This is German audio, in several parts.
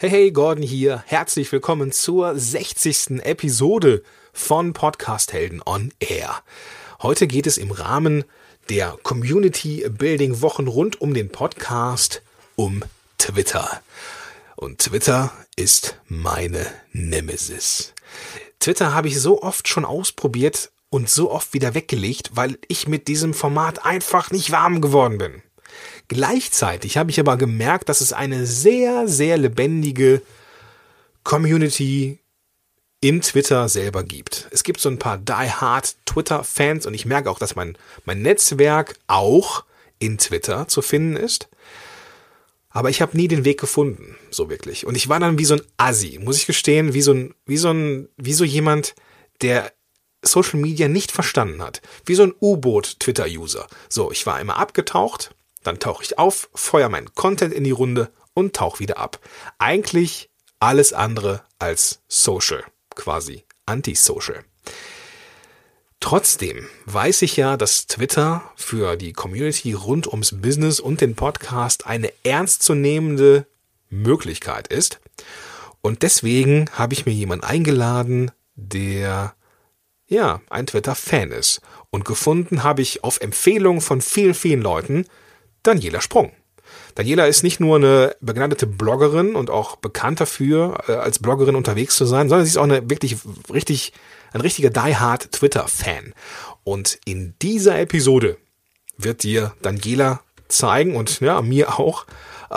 Hey, Gordon hier. Herzlich willkommen zur 60. Episode von Podcast Helden on Air. Heute geht es im Rahmen der Community Building Wochen rund um den Podcast um Twitter. Und Twitter ist meine Nemesis. Twitter habe ich so oft schon ausprobiert und so oft wieder weggelegt, weil ich mit diesem Format einfach nicht warm geworden bin. Gleichzeitig habe ich aber gemerkt, dass es eine sehr, sehr lebendige Community in Twitter selber gibt. Es gibt so ein paar die-hard Twitter-Fans und ich merke auch, dass mein Netzwerk auch in Twitter zu finden ist. Aber ich habe nie den Weg gefunden, so wirklich. Und ich war dann wie so ein Assi, muss ich gestehen, wie so jemand, der Social Media nicht verstanden hat. Wie so ein U-Boot-Twitter-User. So, ich war immer abgetaucht. Dann tauche ich auf, feuere meinen Content in die Runde und tauche wieder ab. Eigentlich alles andere als social, quasi anti-social. Trotzdem weiß ich ja, dass Twitter für die Community rund ums Business und den Podcast eine ernstzunehmende Möglichkeit ist. Und deswegen habe ich mir jemanden eingeladen, der ein Twitter-Fan ist. Und gefunden habe ich auf Empfehlung von vielen, vielen Leuten Daniela Sprung. Daniela ist nicht nur eine begnadete Bloggerin und auch bekannt dafür, als Bloggerin unterwegs zu sein, sondern sie ist auch ein richtiger die-hard Twitter-Fan. Und in dieser Episode wird dir Daniela zeigen und mir auch,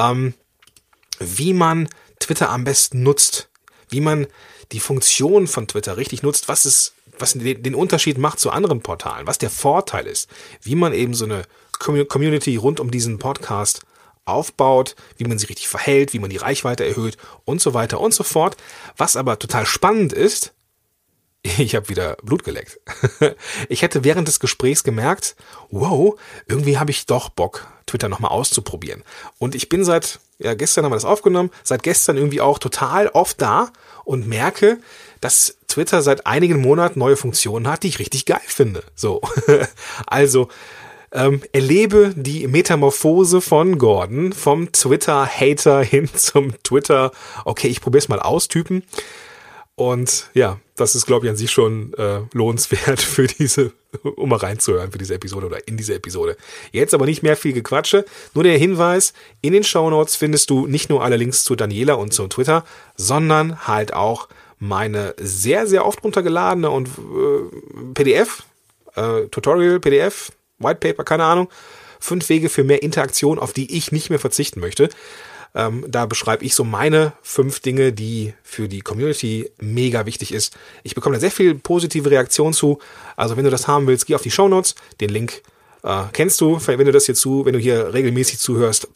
wie man Twitter am besten nutzt, wie man die Funktion von Twitter richtig nutzt, was den Unterschied macht zu anderen Portalen, was der Vorteil ist, wie man eben so eine Community rund um diesen Podcast aufbaut, wie man sie richtig verhält, wie man die Reichweite erhöht und so weiter und so fort. Was aber total spannend ist, ich habe wieder Blut geleckt. Ich hätte während des Gesprächs gemerkt, wow, irgendwie habe ich doch Bock, Twitter nochmal auszuprobieren. Und ich bin gestern haben wir das aufgenommen, seit gestern irgendwie auch total oft da und merke, dass Twitter seit einigen Monaten neue Funktionen hat, die ich richtig geil finde. So, also erlebe die Metamorphose von Gordon, vom Twitter-Hater hin zum Twitter, okay, ich probiere es mal aus, Typen. Und ja, das ist, glaube ich, an sich schon lohnenswert um mal reinzuhören für diese Episode oder in diese Episode. Jetzt aber nicht mehr viel Gequatsche, nur der Hinweis, in den Shownotes findest du nicht nur alle Links zu Daniela und zu Twitter, sondern halt auch meine sehr, sehr oft runtergeladene und PDF, Tutorial, PDF, White Paper, keine Ahnung, 5 Wege für mehr Interaktion, auf die ich nicht mehr verzichten möchte. Da beschreibe ich so meine 5 Dinge, die für die Community mega wichtig ist. Ich bekomme da sehr viel positive Reaktion zu. Also wenn du das haben willst, geh auf die Shownotes. Den Link kennst du, wenn du hier regelmäßig zuhörst,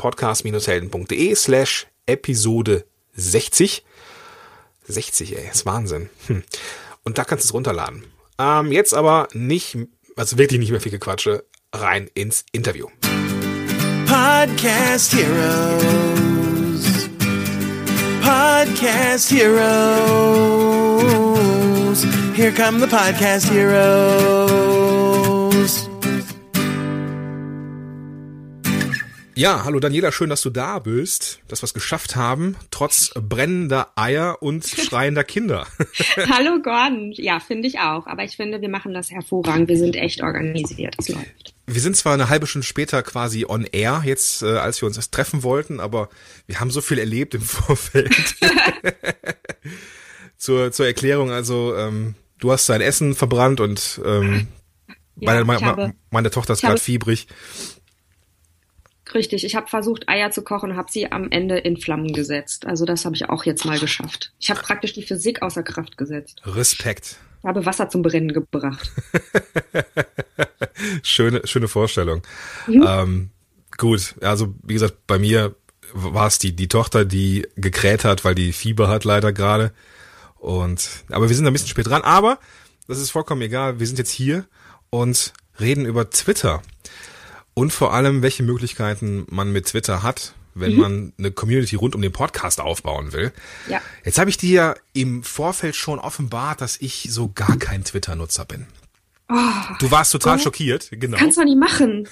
podcast-helden.de/Episode 60. 60, ey, ist Wahnsinn. Und da kannst du es runterladen. Jetzt aber wirklich nicht mehr viel Gequatsche, rein ins Interview. Podcast Heroes. Podcast Heroes. Here come the Podcast Heroes. Ja, hallo Daniela, schön, dass du da bist, dass wir es geschafft haben, trotz brennender Eier und schreiender Kinder. Hallo Gordon, ja, finde ich auch, aber ich finde, wir machen das hervorragend, wir sind echt organisiert, es läuft. Wir sind zwar eine halbe Stunde später quasi on air, jetzt als wir uns erst treffen wollten, aber wir haben so viel erlebt im Vorfeld. Zur Erklärung, also du hast dein Essen verbrannt und meine Tochter ist gerade fiebrig. Richtig, ich habe versucht, Eier zu kochen und habe sie am Ende in Flammen gesetzt. Also das habe ich auch jetzt mal geschafft. Ich habe praktisch die Physik außer Kraft gesetzt. Respekt. Ich habe Wasser zum Brennen gebracht. Schöne Vorstellung. Gut, also wie gesagt, bei mir war es die Tochter, die gekräht hat, weil die Fieber hat leider gerade. Aber wir sind ein bisschen spät dran. Aber das ist vollkommen egal. Wir sind jetzt hier und reden über Twitter. Und vor allem, welche Möglichkeiten man mit Twitter hat, wenn man eine Community rund um den Podcast aufbauen will. Ja. Jetzt habe ich dir im Vorfeld schon offenbart, dass ich so gar kein Twitter-Nutzer bin. Oh, Du warst total schockiert, genau. kannst du nicht machen.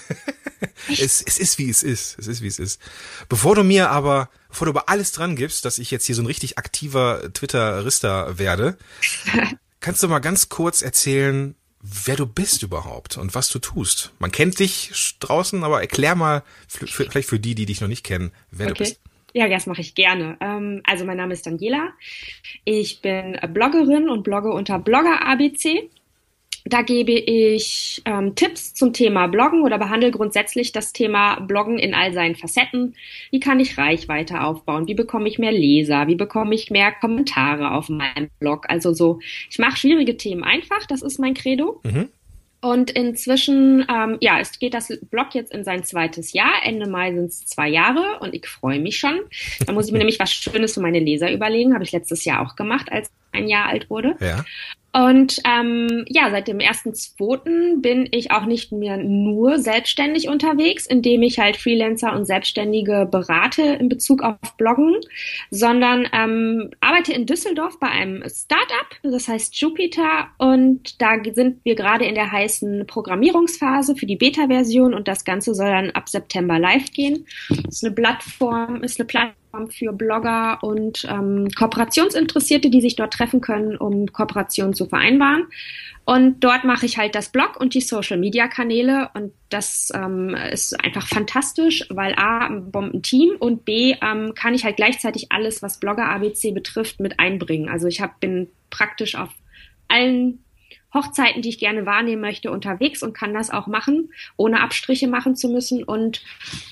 Es ist, wie es ist. Es ist, wie es ist. Bevor du aber alles dran gibst, dass ich jetzt hier so ein richtig aktiver Twitter-Rister werde, kannst du mal ganz kurz erzählen, wer du bist überhaupt und was du tust. Man kennt dich draußen, aber erklär mal, vielleicht für die dich noch nicht kennen, wer du bist. Ja, das mache ich gerne. Also mein Name ist Daniela. Ich bin Bloggerin und blogge unter Blogger ABC. Da gebe ich Tipps zum Thema Bloggen oder behandle grundsätzlich das Thema Bloggen in all seinen Facetten. Wie kann ich Reichweite aufbauen? Wie bekomme ich mehr Leser? Wie bekomme ich mehr Kommentare auf meinem Blog? Also so, ich mache schwierige Themen einfach, das ist mein Credo. Mhm. Und inzwischen, es geht das Blog jetzt in sein 2. Jahr. Ende Mai sind es 2 Jahre und ich freue mich schon. Da muss ich mir nämlich was Schönes für meine Leser überlegen. Habe ich letztes Jahr auch gemacht, als ich 1 Jahr alt wurde. Ja. Und seit dem 1.2. bin ich auch nicht mehr nur selbstständig unterwegs, indem ich halt Freelancer und Selbstständige berate in Bezug auf Bloggen, sondern arbeite in Düsseldorf bei einem Startup, das heißt Jupiter, und da sind wir gerade in der heißen Programmierungsphase für die Beta-Version und das Ganze soll dann ab September live gehen. Das ist eine Plattform für Blogger und Kooperationsinteressierte, die sich dort treffen können, um Kooperationen zu vereinbaren. Und dort mache ich halt das Blog und die Social-Media-Kanäle und das ist einfach fantastisch, weil A, ein Bombenteam und B, kann ich halt gleichzeitig alles, was Blogger ABC betrifft, mit einbringen. Also bin praktisch auf allen Hochzeiten, die ich gerne wahrnehmen möchte, unterwegs und kann das auch machen, ohne Abstriche machen zu müssen. Und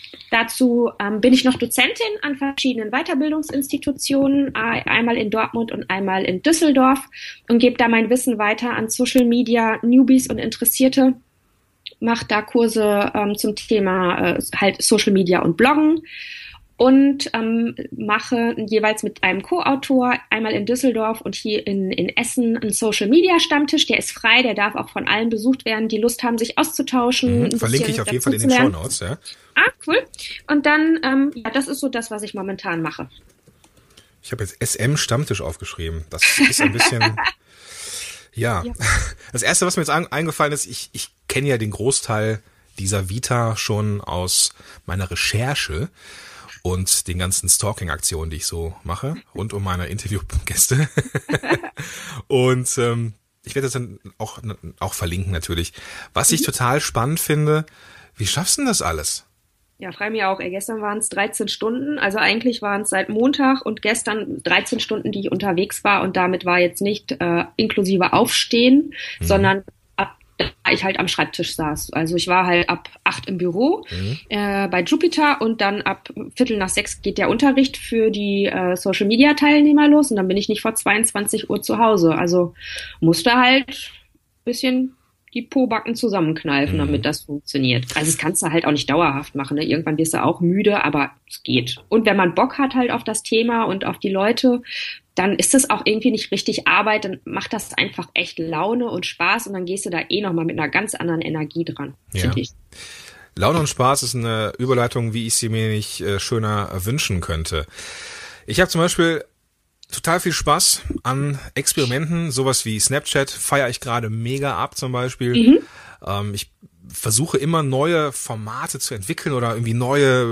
dazu bin ich noch Dozentin an verschiedenen Weiterbildungsinstitutionen, einmal in Dortmund und einmal in Düsseldorf und gebe da mein Wissen weiter an Social Media Newbies und Interessierte, mache da Kurse zum Thema halt Social Media und Bloggen und mache jeweils mit einem Co-Autor einmal in Düsseldorf und hier in Essen einen Social-Media-Stammtisch. Der ist frei, der darf auch von allen besucht werden, die Lust haben, sich auszutauschen. Verlinke ich auf jeden Fall in den Shownotes. Ja. Ah, cool. Und dann, das ist so das, was ich momentan mache. Ich habe jetzt SM-Stammtisch aufgeschrieben. Das ist ein bisschen... ja. Das Erste, was mir jetzt eingefallen ist, ich kenne ja den Großteil dieser Vita schon aus meiner Recherche und den ganzen Stalking-Aktionen, die ich so mache, rund um meine Interviewgäste. Und ich werde das dann auch verlinken natürlich. Was ich total spannend finde, wie schaffst du denn das alles? Ja, freu mich auch. Gestern waren es 13 Stunden. Also eigentlich waren es seit Montag und gestern 13 Stunden, die ich unterwegs war. Und damit war jetzt nicht inklusive Aufstehen, sondern da ich halt am Schreibtisch saß. Also ich war halt ab 8 im Büro bei Jupiter und dann ab 5:45 geht der Unterricht für die Social-Media-Teilnehmer los und dann bin ich nicht vor 22 Uhr zu Hause. Also musste halt ein bisschen die Pobacken zusammenkneifen, damit das funktioniert. Also das kannst du halt auch nicht dauerhaft machen. Ne? Irgendwann wirst du auch müde, aber es geht. Und wenn man Bock hat halt auf das Thema und auf die Leute, dann ist das auch irgendwie nicht richtig Arbeit, dann macht das einfach echt Laune und Spaß und dann gehst du da nochmal mit einer ganz anderen Energie dran, finde ich. Laune und Spaß ist eine Überleitung, wie ich sie mir nicht schöner wünschen könnte. Ich habe zum Beispiel total viel Spaß an Experimenten, sowas wie Snapchat feiere ich gerade mega ab zum Beispiel. Ich versuche immer neue Formate zu entwickeln oder irgendwie neue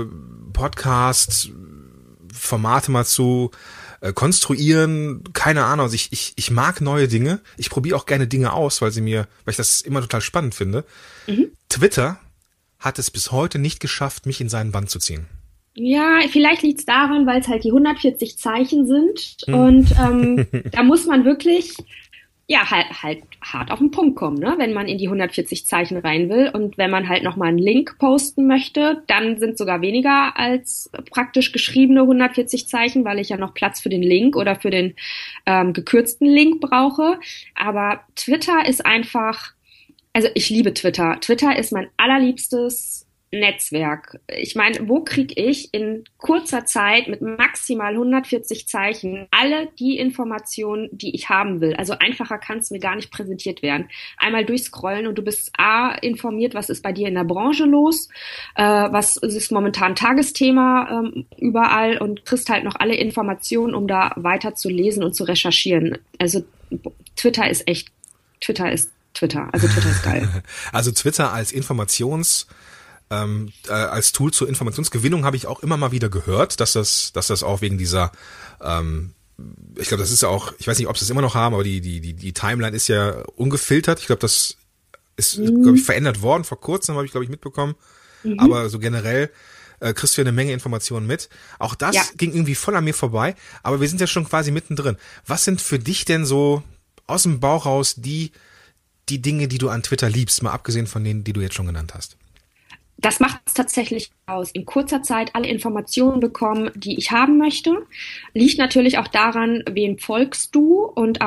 Podcast-Formate mal zu konstruieren, keine Ahnung. Also ich mag neue Dinge. Ich probiere auch gerne Dinge aus, weil ich das immer total spannend finde. Twitter hat es bis heute nicht geschafft, mich in seinen Bann zu ziehen. Ja, vielleicht liegt's daran, weil es halt die 140 Zeichen sind und da muss man wirklich halt hart auf den Punkt kommen, ne? Wenn man in die 140 Zeichen rein will und wenn man halt nochmal einen Link posten möchte, dann sind sogar weniger als praktisch geschriebene 140 Zeichen, weil ich ja noch Platz für den Link oder für den gekürzten Link brauche. Aber Twitter ist einfach, also ich liebe Twitter. Twitter ist mein allerliebstes Netzwerk. Ich meine, wo kriege ich in kurzer Zeit mit maximal 140 Zeichen alle die Informationen, die ich haben will? Also einfacher kann es mir gar nicht präsentiert werden. Einmal durchscrollen und du bist informiert, was ist bei dir in der Branche los, was ist momentan Tagesthema überall und kriegst halt noch alle Informationen, um da weiter zu lesen und zu recherchieren. Also Twitter ist Twitter. Also Twitter ist geil. Also Twitter als als Tool zur Informationsgewinnung habe ich auch immer mal wieder gehört, dass das auch wegen dieser, ich glaube, das ist ja auch, ich weiß nicht, ob sie es immer noch haben, aber die Timeline ist ja ungefiltert. Ich glaube, das ist, glaube ich, verändert worden vor kurzem, habe ich, glaube ich, mitbekommen. Aber so generell kriegst du ja eine Menge Informationen mit. Auch das ging irgendwie voll an mir vorbei, aber wir sind ja schon quasi mittendrin. Was sind für dich denn so aus dem Bauch raus die Dinge, die du an Twitter liebst, mal abgesehen von denen, die du jetzt schon genannt hast? Das macht es tatsächlich aus. In kurzer Zeit alle Informationen bekommen, die ich haben möchte. Liegt natürlich auch daran, wem folgst du und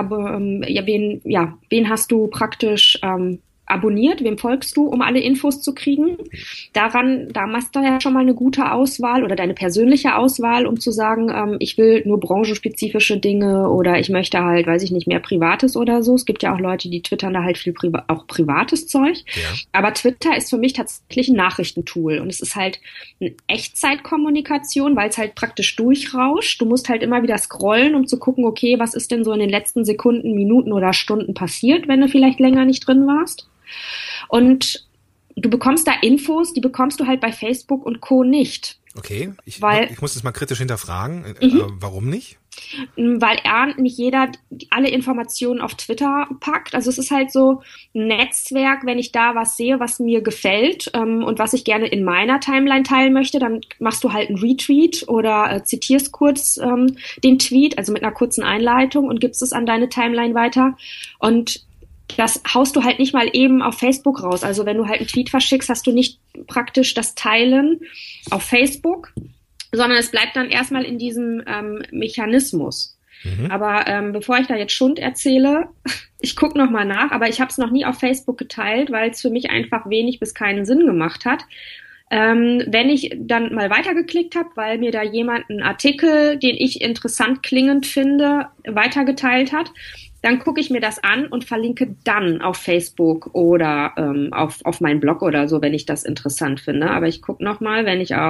wen hast du praktisch abonniert, wem folgst du, um alle Infos zu kriegen. Da machst du ja schon mal eine gute Auswahl oder deine persönliche Auswahl, um zu sagen, ich will nur branchenspezifische Dinge oder ich möchte halt, weiß ich nicht, mehr Privates oder so. Es gibt ja auch Leute, die twittern da halt viel auch privates Zeug. Ja. Aber Twitter ist für mich tatsächlich ein Nachrichtentool und es ist halt eine Echtzeitkommunikation, weil es halt praktisch durchrauscht. Du musst halt immer wieder scrollen, um zu gucken, okay, was ist denn so in den letzten Sekunden, Minuten oder Stunden passiert, wenn du vielleicht länger nicht drin warst. Und du bekommst da Infos, die bekommst du halt bei Facebook und Co. nicht. Okay, ich muss das mal kritisch hinterfragen. Warum nicht? Weil nicht jeder alle Informationen auf Twitter packt. Also es ist halt so ein Netzwerk, wenn ich da was sehe, was mir gefällt und was ich gerne in meiner Timeline teilen möchte, dann machst du halt einen Retweet oder zitierst kurz den Tweet, also mit einer kurzen Einleitung und gibst es an deine Timeline weiter. Und das haust du halt nicht mal eben auf Facebook raus. Also wenn du halt einen Tweet verschickst, hast du nicht praktisch das Teilen auf Facebook, sondern es bleibt dann erstmal in diesem Mechanismus. Aber bevor ich da jetzt Schund erzähle, ich gucke nochmal nach, aber ich habe es noch nie auf Facebook geteilt, weil es für mich einfach wenig bis keinen Sinn gemacht hat. Wenn ich dann mal weitergeklickt habe, weil mir da jemand einen Artikel, den ich interessant klingend finde, weitergeteilt hat, dann gucke ich mir das an und verlinke dann auf Facebook oder auf meinen Blog oder so, wenn ich das interessant finde. Aber ich gucke nochmal, wenn ich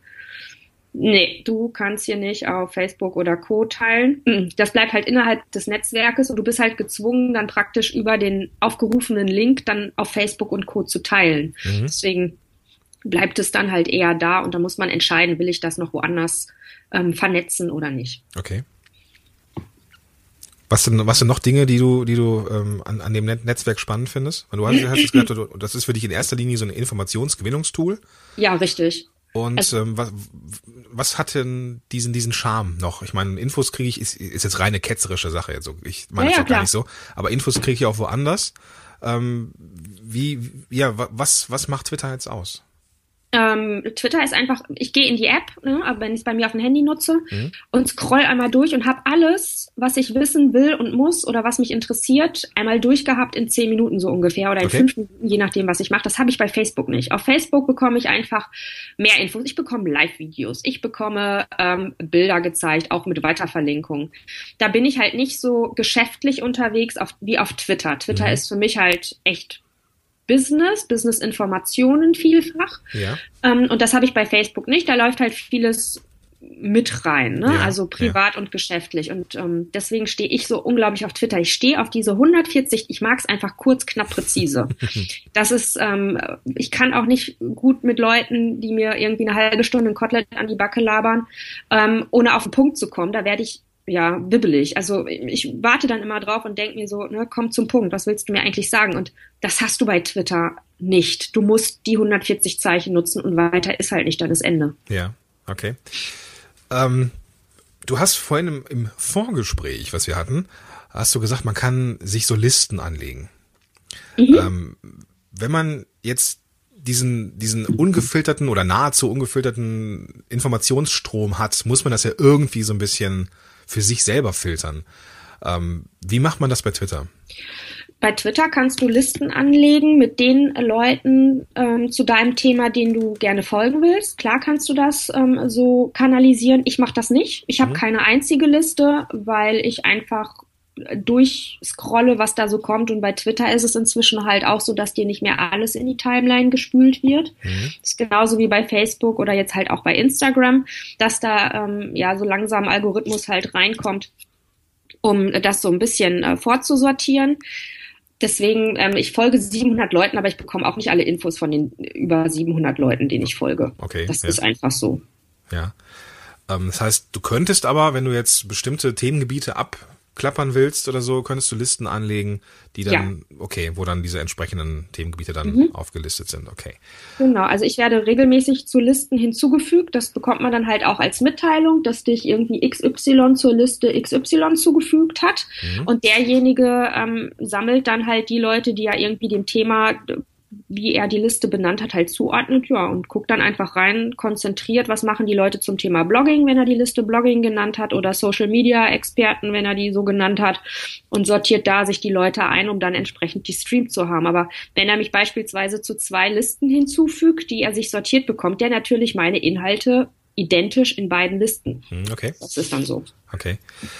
nee, du kannst hier nicht auf Facebook oder Co. teilen. Das bleibt halt innerhalb des Netzwerkes und du bist halt gezwungen, dann praktisch über den aufgerufenen Link dann auf Facebook und Co. zu teilen. Deswegen bleibt es dann halt eher da und da muss man entscheiden, will ich das noch woanders vernetzen oder nicht. Okay. Was sind noch Dinge, die du an dem Netzwerk spannend findest? Du hast jetzt gesagt, das ist für dich in erster Linie so ein Informationsgewinnungstool. Ja, richtig. Und was hat denn diesen Charme noch? Ich meine, Infos kriege ich, ist jetzt reine ketzerische Sache jetzt so. Ich meine das auch gar nicht so. Aber Infos kriege ich auch woanders. Was macht Twitter jetzt aus? Twitter ist einfach, ich gehe in die App, aber wenn ich es bei mir auf dem Handy nutze und scroll einmal durch und habe alles, was ich wissen will und muss oder was mich interessiert, einmal durchgehabt in 10 Minuten so ungefähr oder in 5 Minuten, je nachdem, was ich mache. Das habe ich bei Facebook nicht. Auf Facebook bekomme ich einfach mehr Infos. Ich bekomme Live-Videos, ich bekomme Bilder gezeigt, auch mit Weiterverlinkung. Da bin ich halt nicht so geschäftlich unterwegs wie auf Twitter. Twitter ist für mich halt echt Business-Informationen vielfach. Ja. Und das habe ich bei Facebook nicht. Da läuft halt vieles mit rein, ne? Ja, also privat und geschäftlich. Und deswegen stehe ich so unglaublich auf Twitter. Ich stehe auf diese 140, ich mag es einfach kurz, knapp, präzise. Das ist, ich kann auch nicht gut mit Leuten, die mir irgendwie eine halbe Stunde ein Kotelett an die Backe labern, ohne auf den Punkt zu kommen. Da werde ich wibbelig. Also ich warte dann immer drauf und denke mir so, komm zum Punkt, was willst du mir eigentlich sagen? Und das hast du bei Twitter nicht. Du musst die 140 Zeichen nutzen und weiter ist halt nicht dann das Ende. Ja, okay. Du hast vorhin im Vorgespräch, was wir hatten, hast du gesagt, man kann sich so Listen anlegen. Wenn man jetzt diesen ungefilterten oder nahezu ungefilterten Informationsstrom hat, muss man das ja irgendwie so ein bisschen für sich selber filtern. Wie macht man das bei Twitter? Bei Twitter kannst du Listen anlegen mit den Leuten zu deinem Thema, denen du gerne folgen willst. Klar kannst du das so kanalisieren. Ich mache das nicht. Ich habe keine einzige Liste, weil ich einfach durchscrolle, was da so kommt. Und bei Twitter ist es inzwischen halt auch so, dass dir nicht mehr alles in die Timeline gespült wird. Das ist genauso wie bei Facebook oder jetzt halt auch bei Instagram, dass da so langsam Algorithmus halt reinkommt, um das so ein bisschen vorzusortieren. Deswegen, ich folge 700 Leuten, aber ich bekomme auch nicht alle Infos von den über 700 Leuten, denen ich folge. Okay. Das ist einfach so. Ja. Das heißt, du könntest aber, wenn du jetzt bestimmte Themengebiete abklappern willst oder so, könntest du Listen anlegen, die dann, okay, wo dann diese entsprechenden Themengebiete dann aufgelistet sind. Okay. Genau, also ich werde regelmäßig zu Listen hinzugefügt. Das bekommt man dann halt auch als Mitteilung, dass dich irgendwie XY zur Liste XY zugefügt hat. Und derjenige sammelt dann halt die Leute, die ja irgendwie dem Thema, wie er die Liste benannt hat, halt zuordnet, ja, und guckt dann einfach rein, konzentriert, was machen die Leute zum Thema Blogging, wenn er die Liste Blogging genannt hat, oder Social Media Experten, wenn er die so genannt hat, und sortiert da sich die Leute ein, um dann entsprechend die Stream zu haben. Aber wenn er mich beispielsweise zu 2 Listen hinzufügt, die er sich sortiert, bekommt der natürlich meine Inhalte identisch in beiden Listen. Okay. Das ist dann so. Okay.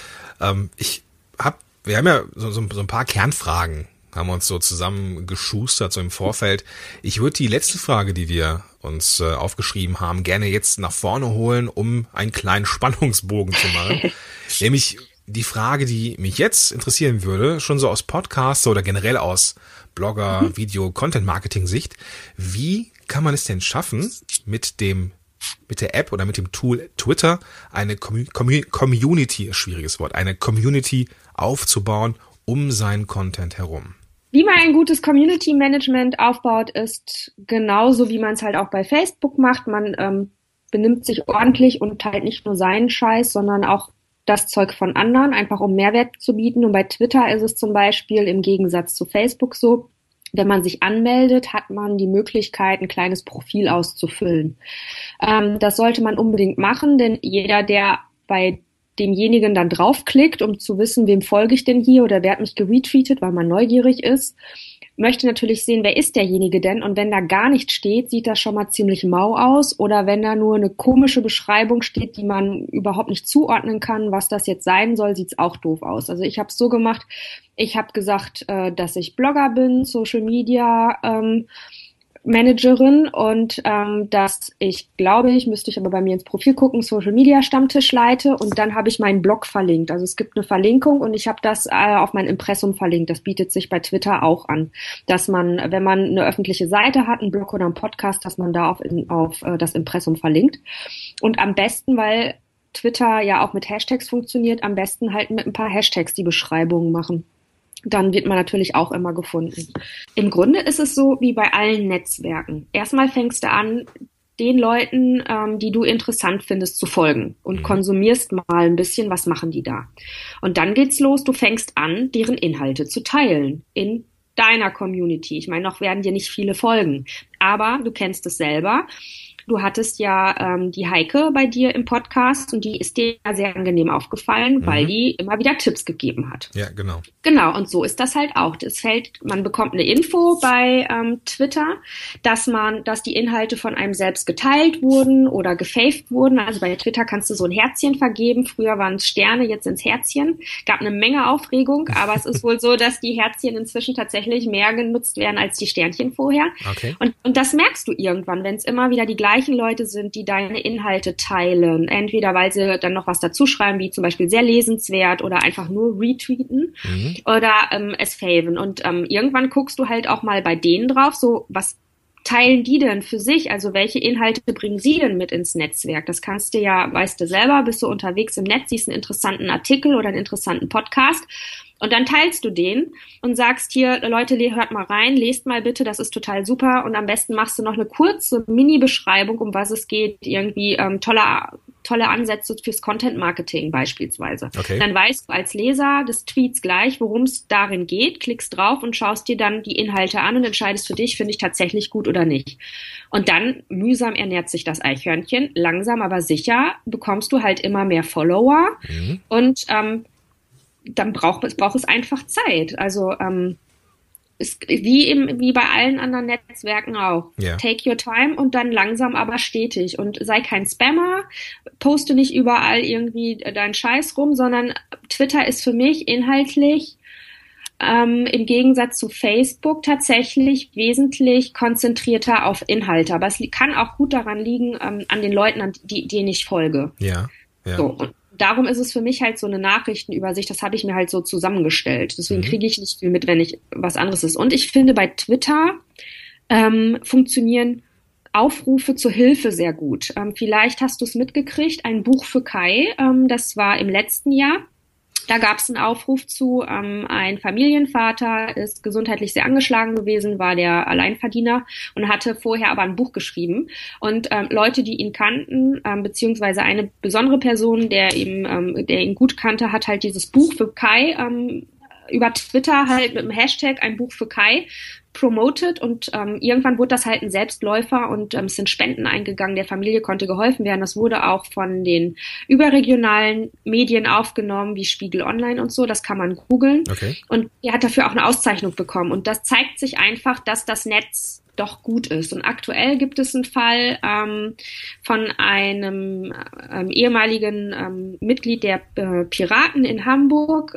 Wir haben ja so ein paar Kernfragen, haben wir uns so zusammengeschustert, so im Vorfeld. Ich würde die letzte Frage, die wir uns aufgeschrieben haben, gerne jetzt nach vorne holen, um einen kleinen Spannungsbogen zu machen. Nämlich die Frage, die mich jetzt interessieren würde, schon so aus Podcasts oder generell aus Blogger, Video, Content-Marketing-Sicht. Wie kann man es denn schaffen, mit der App oder mit dem Tool Twitter eine Community, schwieriges Wort, eine Community aufzubauen um seinen Content herum? Wie man ein gutes Community-Management aufbaut, ist genauso, wie man es halt auch bei Facebook macht. Man benimmt sich ordentlich und teilt nicht nur seinen Scheiß, sondern auch das Zeug von anderen, einfach um Mehrwert zu bieten. Und bei Twitter ist es zum Beispiel im Gegensatz zu Facebook so, wenn man sich anmeldet, hat man die Möglichkeit, ein kleines Profil auszufüllen. Das sollte man unbedingt machen, denn jeder, der bei demjenigen dann draufklickt, um zu wissen, wem folge ich denn hier oder wer hat mich geretweetet, weil man neugierig ist, möchte natürlich sehen, wer ist derjenige denn, und wenn da gar nichts steht, sieht das schon mal ziemlich mau aus, oder wenn da nur eine komische Beschreibung steht, die man überhaupt nicht zuordnen kann, was das jetzt sein soll, sieht's auch doof aus. Also ich habe es so gemacht, ich habe gesagt, dass ich Blogger bin, Social Media Managerin, und dass ich müsste ich aber bei mir ins Profil gucken, Social Media Stammtisch leite, und dann habe ich meinen Blog verlinkt. Also es gibt eine Verlinkung und ich habe das auf mein Impressum verlinkt. Das bietet sich bei Twitter auch an, dass man, wenn man eine öffentliche Seite hat, einen Blog oder einen Podcast, dass man da auf das Impressum verlinkt. Und am besten, weil Twitter ja auch mit Hashtags funktioniert, am besten halt mit ein paar Hashtags die Beschreibungen machen. Dann wird man natürlich auch immer gefunden. Im Grunde ist es so wie bei allen Netzwerken. Erstmal fängst du an, den Leuten, die du interessant findest, zu folgen und konsumierst mal ein bisschen, was machen die da. Und dann geht's los, du fängst an, deren Inhalte zu teilen in deiner Community. Ich meine, noch werden dir nicht viele folgen, aber du kennst es selber. Du hattest ja die Heike bei dir im Podcast und die ist dir ja sehr angenehm aufgefallen, weil die immer wieder Tipps gegeben hat. Ja, genau. Genau, und so ist das halt auch. Man bekommt eine Info bei Twitter, dass die Inhalte von einem selbst geteilt wurden oder gefaved wurden. Also bei Twitter kannst du so ein Herzchen vergeben. Früher waren es Sterne, jetzt sind es Herzchen. Gab eine Menge Aufregung, aber es ist wohl so, dass die Herzchen inzwischen tatsächlich mehr genutzt werden als die Sternchen vorher. Okay. Und das merkst du irgendwann, wenn es immer wieder die gleichen Leute sind, die deine Inhalte teilen. Entweder weil sie dann noch was dazu schreiben, wie zum Beispiel sehr lesenswert, oder einfach nur retweeten oder es faven. Und irgendwann guckst du halt auch mal bei denen drauf, so was teilen die denn für sich? Also welche Inhalte bringen sie denn mit ins Netzwerk? Das kannst du ja, weißt du selber, bist du unterwegs im Netz, siehst einen interessanten Artikel oder einen interessanten Podcast. Und dann teilst du den und sagst hier, Leute, hört mal rein, lest mal bitte, das ist total super. Und am besten machst du noch eine kurze Mini-Beschreibung, um was es geht, irgendwie tolle Ansätze fürs Content-Marketing beispielsweise. Okay. Dann weißt du als Leser des Tweets gleich, worum es darin geht, klickst drauf und schaust dir dann die Inhalte an und entscheidest für dich, finde ich tatsächlich gut oder nicht. Und dann, mühsam ernährt sich das Eichhörnchen, langsam aber sicher bekommst du halt immer mehr Follower und dann braucht es einfach Zeit. Also ist wie bei allen anderen Netzwerken auch. Yeah. Take your time und dann langsam aber stetig. Und sei kein Spammer, poste nicht überall irgendwie deinen Scheiß rum, sondern Twitter ist für mich inhaltlich im Gegensatz zu Facebook tatsächlich wesentlich konzentrierter auf Inhalte. Aber es kann auch gut daran liegen, an den Leuten, denen ich folge. Ja. Ja. So, und darum ist es für mich halt so eine Nachrichtenübersicht, das habe ich mir halt so zusammengestellt. Deswegen kriege ich nicht viel mit, wenn ich was anderes ist. Und ich finde, bei Twitter funktionieren Aufrufe zur Hilfe sehr gut. Vielleicht hast du es mitgekriegt, ein Buch für Kai, das war im letzten Jahr. Da gab es einen Aufruf zu, ein Familienvater ist gesundheitlich sehr angeschlagen gewesen, war der Alleinverdiener und hatte vorher aber ein Buch geschrieben. Und Leute, die ihn kannten, beziehungsweise eine besondere Person, der ihn gut kannte, hat halt dieses Buch für Kai über Twitter halt mit dem Hashtag ein Buch für Kai promoted und irgendwann wurde das halt ein Selbstläufer und es sind Spenden eingegangen, der Familie konnte geholfen werden. Das wurde auch von den überregionalen Medien aufgenommen, wie Spiegel Online und so, das kann man googeln. Okay. Und er hat dafür auch eine Auszeichnung bekommen und das zeigt sich einfach, dass das Netz doch gut ist. Und aktuell gibt es einen Fall von einem ehemaligen Mitglied der Piraten in Hamburg,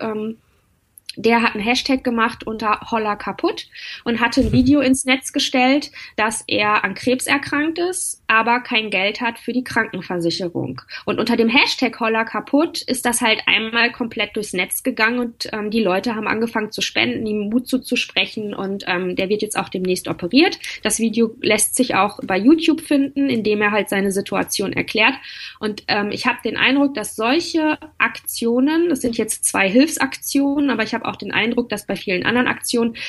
der hat einen Hashtag gemacht unter Holla kaputt und hatte ein Video ins Netz gestellt, dass er an Krebs erkrankt ist, aber kein Geld hat für die Krankenversicherung. Und unter dem Hashtag Holla kaputt ist das halt einmal komplett durchs Netz gegangen und die Leute haben angefangen zu spenden, ihm Mut zuzusprechen und der wird jetzt auch demnächst operiert. Das Video lässt sich auch bei YouTube finden, indem er halt seine Situation erklärt. Und ich habe den Eindruck, dass solche Aktionen, das sind jetzt 2 Hilfsaktionen, aber ich habe auch den Eindruck, dass bei vielen anderen Aktionen,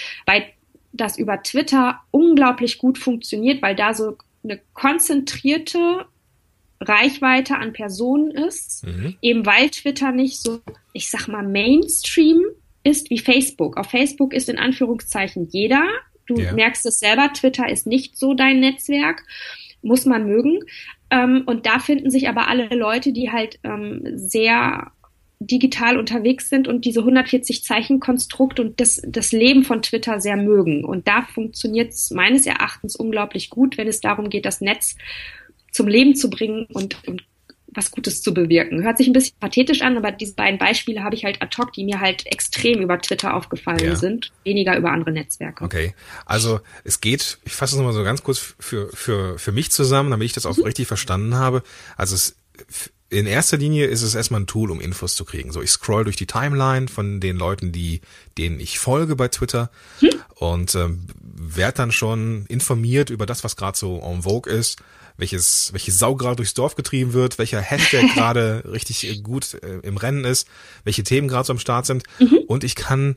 das über Twitter unglaublich gut funktioniert, weil da so eine konzentrierte Reichweite an Personen ist, eben weil Twitter nicht so, ich sag mal, Mainstream ist wie Facebook. Auf Facebook ist in Anführungszeichen jeder. Du merkst es selber, Twitter ist nicht so dein Netzwerk, muss man mögen. Und da finden sich aber alle Leute, die halt sehr digital unterwegs sind und diese 140-Zeichen-Konstrukt und das Leben von Twitter sehr mögen. Und da funktioniert es meines Erachtens unglaublich gut, wenn es darum geht, das Netz zum Leben zu bringen und was Gutes zu bewirken. Hört sich ein bisschen pathetisch an, aber diese beiden Beispiele habe ich halt ad hoc, die mir halt extrem über Twitter aufgefallen sind, weniger über andere Netzwerke. Okay, also es geht, ich fasse es nochmal so ganz kurz für mich zusammen, damit ich das auch richtig verstanden habe. Also in erster Linie ist es erstmal ein Tool, um Infos zu kriegen. So, ich scroll durch die Timeline von den Leuten, denen ich folge bei Twitter und werde dann schon informiert über das, was gerade so en vogue ist, welche Sau gerade durchs Dorf getrieben wird, welcher Hashtag gerade richtig gut im Rennen ist, welche Themen gerade so am Start sind. Und ich kann,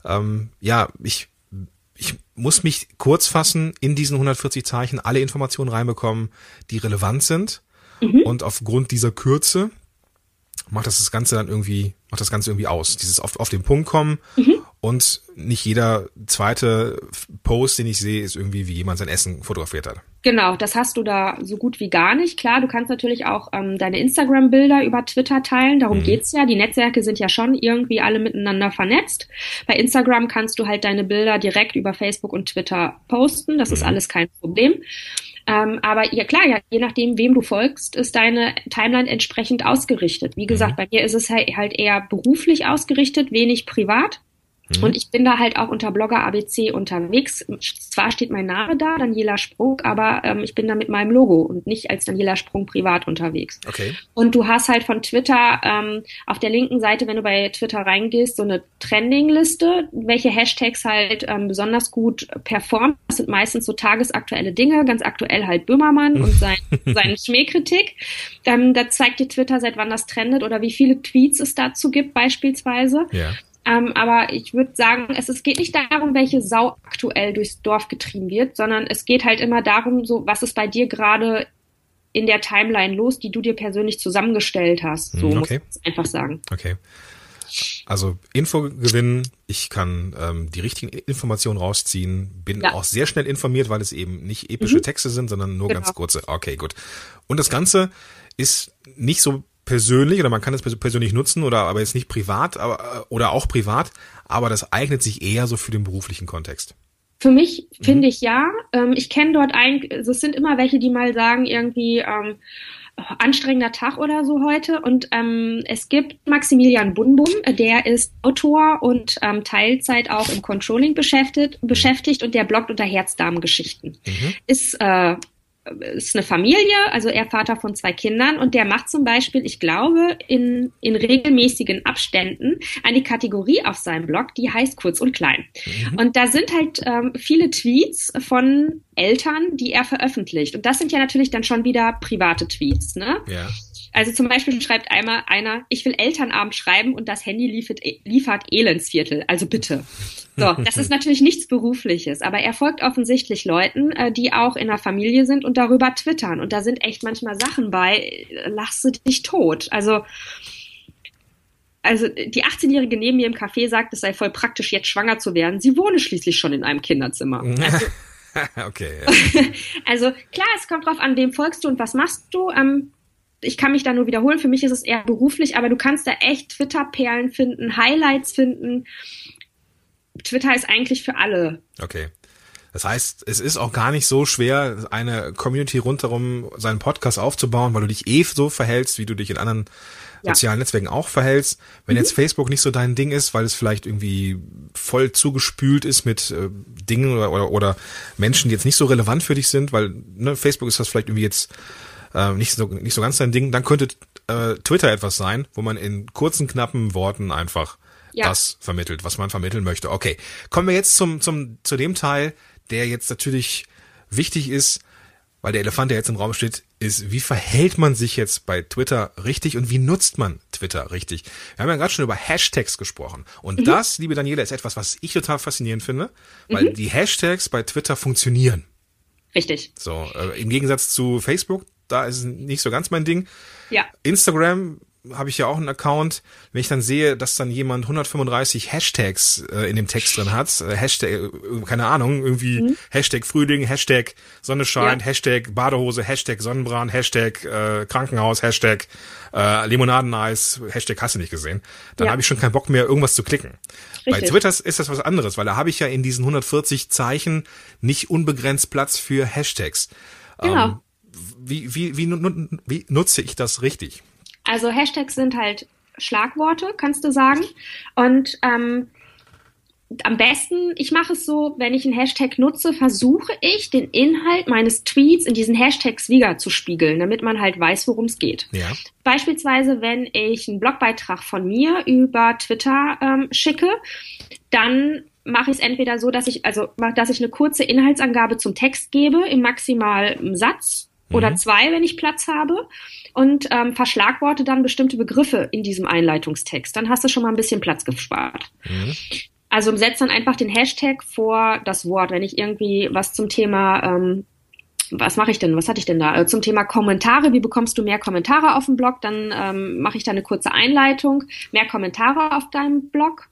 ich muss mich kurz fassen, in diesen 140 Zeichen alle Informationen reinbekommen, die relevant sind. Und aufgrund dieser Kürze macht das Ganze irgendwie aus. Dieses auf den Punkt kommen und nicht jeder zweite Post, den ich sehe, ist irgendwie, wie jemand sein Essen fotografiert hat. Genau, das hast du da so gut wie gar nicht. Klar, du kannst natürlich auch deine Instagram-Bilder über Twitter teilen, darum geht's ja. Die Netzwerke sind ja schon irgendwie alle miteinander vernetzt. Bei Instagram kannst du halt deine Bilder direkt über Facebook und Twitter posten, das ist alles kein Problem. Aber ja klar, ja, je nachdem, wem du folgst, ist deine Timeline entsprechend ausgerichtet. Wie gesagt, bei mir ist es halt eher beruflich ausgerichtet, wenig privat. Und ich bin da halt auch unter Blogger ABC unterwegs. Zwar steht mein Name da, Daniela Sprung, aber ich bin da mit meinem Logo und nicht als Daniela Sprung privat unterwegs. Okay. Und du hast halt von Twitter auf der linken Seite, wenn du bei Twitter reingehst, so eine Trending-Liste, welche Hashtags halt besonders gut performen. Das sind meistens so tagesaktuelle Dinge, ganz aktuell halt Böhmermann und seine Schmähkritik. Da zeigt dir Twitter, seit wann das trendet oder wie viele Tweets es dazu gibt beispielsweise. Ja. Aber ich würde sagen, es geht nicht darum, welche Sau aktuell durchs Dorf getrieben wird, sondern es geht halt immer darum, so was ist bei dir gerade in der Timeline los, die du dir persönlich zusammengestellt hast. So muss ich es einfach sagen. Okay. Also Info gewinnen, ich kann die richtigen Informationen rausziehen, bin auch sehr schnell informiert, weil es eben nicht epische Texte sind, sondern nur ganz kurze. Okay, gut. Und das Ganze ist nicht so persönlich, oder man kann es persönlich nutzen, aber jetzt nicht privat, oder auch privat, aber das eignet sich eher so für den beruflichen Kontext. Für mich finde ich ja. Ich kenne dort also es sind immer welche, die mal sagen, irgendwie anstrengender Tag oder so heute. Und es gibt Maximilian Bunbum, der ist Autor und Teilzeit auch im Controlling beschäftigt und der bloggt unter Herzdamengeschichten. Ist ist eine Familie, also er Vater von 2 Kindern und der macht zum Beispiel, ich glaube, in regelmäßigen Abständen eine Kategorie auf seinem Blog, die heißt Kurz und Klein. Und da sind halt viele Tweets von Eltern, die er veröffentlicht. Und das sind ja natürlich dann schon wieder private Tweets, ne? Ja. Also zum Beispiel schreibt einmal einer, ich will Elternabend schreiben und das Handy liefert Elendsviertel, also bitte. So, das ist natürlich nichts Berufliches, aber er folgt offensichtlich Leuten, die auch in der Familie sind und darüber twittern. Und da sind echt manchmal Sachen bei, lachst du dich tot. Also die 18-Jährige neben mir im Café sagt, es sei voll praktisch, jetzt schwanger zu werden. Sie wohne schließlich schon in einem Kinderzimmer. Also, okay. Also klar, es kommt drauf an, wem folgst du und was machst du. Ich kann mich da nur wiederholen, für mich ist es eher beruflich, aber du kannst da echt Twitter-Perlen finden, Highlights finden. Twitter ist eigentlich für alle. Okay. Das heißt, es ist auch gar nicht so schwer, eine Community rundherum seinen Podcast aufzubauen, weil du dich so verhältst, wie du dich in anderen sozialen Netzwerken auch verhältst. Wenn jetzt Facebook nicht so dein Ding ist, weil es vielleicht irgendwie voll zugespült ist mit Dingen oder Menschen, die jetzt nicht so relevant für dich sind, weil Facebook ist das vielleicht irgendwie jetzt nicht so ganz dein Ding, dann könnte Twitter etwas sein, wo man in kurzen, knappen Worten einfach das vermittelt, was man vermitteln möchte. Okay, kommen wir jetzt zu dem Teil, der jetzt natürlich wichtig ist, weil der Elefant, der jetzt im Raum steht, ist, wie verhält man sich jetzt bei Twitter richtig und wie nutzt man Twitter richtig? Wir haben ja gerade schon über Hashtags gesprochen. Und das, liebe Daniela, ist etwas, was ich total faszinierend finde, weil die Hashtags bei Twitter funktionieren. Richtig. So, im Gegensatz zu Facebook, da ist es nicht so ganz mein Ding. Ja. Instagram habe ich ja auch einen Account. Wenn ich dann sehe, dass dann jemand 135 Hashtags in dem Text drin hat, Hashtag, keine Ahnung, irgendwie Hashtag Frühling, Hashtag Sonnenschein, Hashtag Badehose, Hashtag Sonnenbrand, Hashtag Krankenhaus, Hashtag Limonadeneis, Hashtag hast du nicht gesehen, dann habe ich schon keinen Bock mehr, irgendwas zu klicken. Richtig. Bei Twitter ist das was anderes, weil da habe ich ja in diesen 140 Zeichen nicht unbegrenzt Platz für Hashtags. Genau. Wie nutze ich das richtig? Also Hashtags sind halt Schlagworte, kannst du sagen. Und am besten, ich mache es so, wenn ich einen Hashtag nutze, versuche ich, den Inhalt meines Tweets in diesen Hashtags wiederzuspiegeln, damit man halt weiß, worum es geht. Ja. Beispielsweise, wenn ich einen Blogbeitrag von mir über Twitter schicke, dann mache ich es entweder so, dass ich eine kurze Inhaltsangabe zum Text gebe, im maximal einen Satz oder 2, wenn ich Platz habe, und verschlagworte dann bestimmte Begriffe in diesem Einleitungstext. Dann hast du schon mal ein bisschen Platz gespart. Also setz dann einfach den Hashtag vor das Wort. Wenn ich irgendwie was zum Thema, was hatte ich denn da? Zum Thema Kommentare, wie bekommst du mehr Kommentare auf dem Blog? Dann mache ich da eine kurze Einleitung. Mehr Kommentare auf deinem Blog.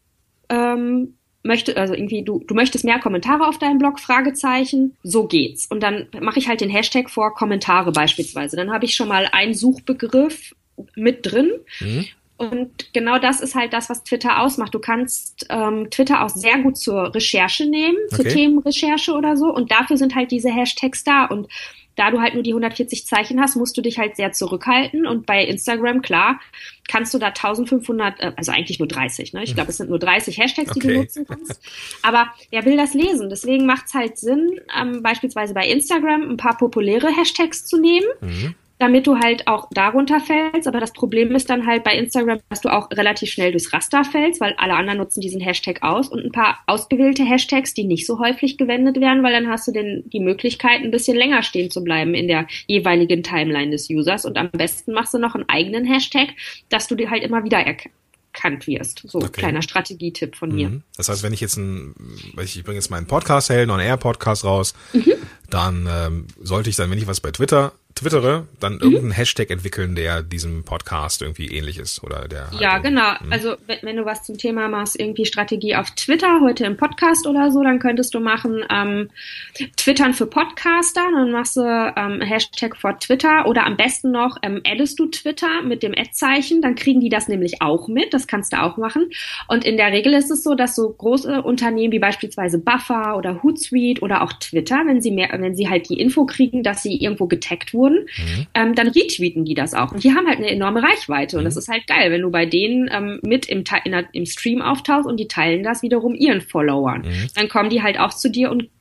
Du möchtest mehr Kommentare auf deinem Blog, Fragezeichen, so geht's. Und dann mache ich halt den Hashtag vor Kommentare beispielsweise. Dann habe ich schon mal einen Suchbegriff mit drin. Und genau das ist halt das, was Twitter ausmacht. Du kannst Twitter auch sehr gut zur Recherche nehmen, zur Themenrecherche oder so. Und dafür sind halt diese Hashtags da. Und da du halt nur die 140 Zeichen hast, musst du dich halt sehr zurückhalten. Und bei Instagram, klar, kannst du da 1500, also eigentlich nur 30, ne? Ich glaube, es sind nur 30 Hashtags, die du nutzen kannst. Aber wer will das lesen? Deswegen macht es halt Sinn, beispielsweise bei Instagram ein paar populäre Hashtags zu nehmen, damit du halt auch darunter fällst. Aber das Problem ist dann halt bei Instagram, dass du auch relativ schnell durchs Raster fällst, weil alle anderen nutzen diesen Hashtag aus, und ein paar ausgewählte Hashtags, die nicht so häufig gewendet werden, weil dann hast du die Möglichkeit, ein bisschen länger stehen zu bleiben in der jeweiligen Timeline des Users. Und am besten machst du noch einen eigenen Hashtag, dass du dir halt immer wieder erkannt wirst. So kleiner Strategietipp von mir. Das heißt, wenn ich jetzt ich bringe jetzt meinen Podcast, Helden on Air Podcast raus, dann sollte ich dann, wenn ich was bei twittere, dann irgendeinen Hashtag entwickeln, der diesem Podcast irgendwie ähnlich ist, oder der. Ja, genau. Also wenn du was zum Thema machst, irgendwie Strategie auf Twitter, heute im Podcast oder so, dann könntest du machen Twittern für Podcaster, dann machst du Hashtag vor Twitter, oder am besten noch addest du Twitter mit dem Ad-Zeichen, dann kriegen die das nämlich auch mit, das kannst du auch machen. Und in der Regel ist es so, dass so große Unternehmen wie beispielsweise Buffer oder Hootsuite oder auch Twitter, wenn sie halt die Info kriegen, dass sie irgendwo getaggt wurden, dann retweeten die das auch. Und die haben halt eine enorme Reichweite. Und das ist halt geil, wenn du bei denen mit im Stream auftauchst und die teilen das wiederum ihren Followern. Dann kommen die halt auch zu dir und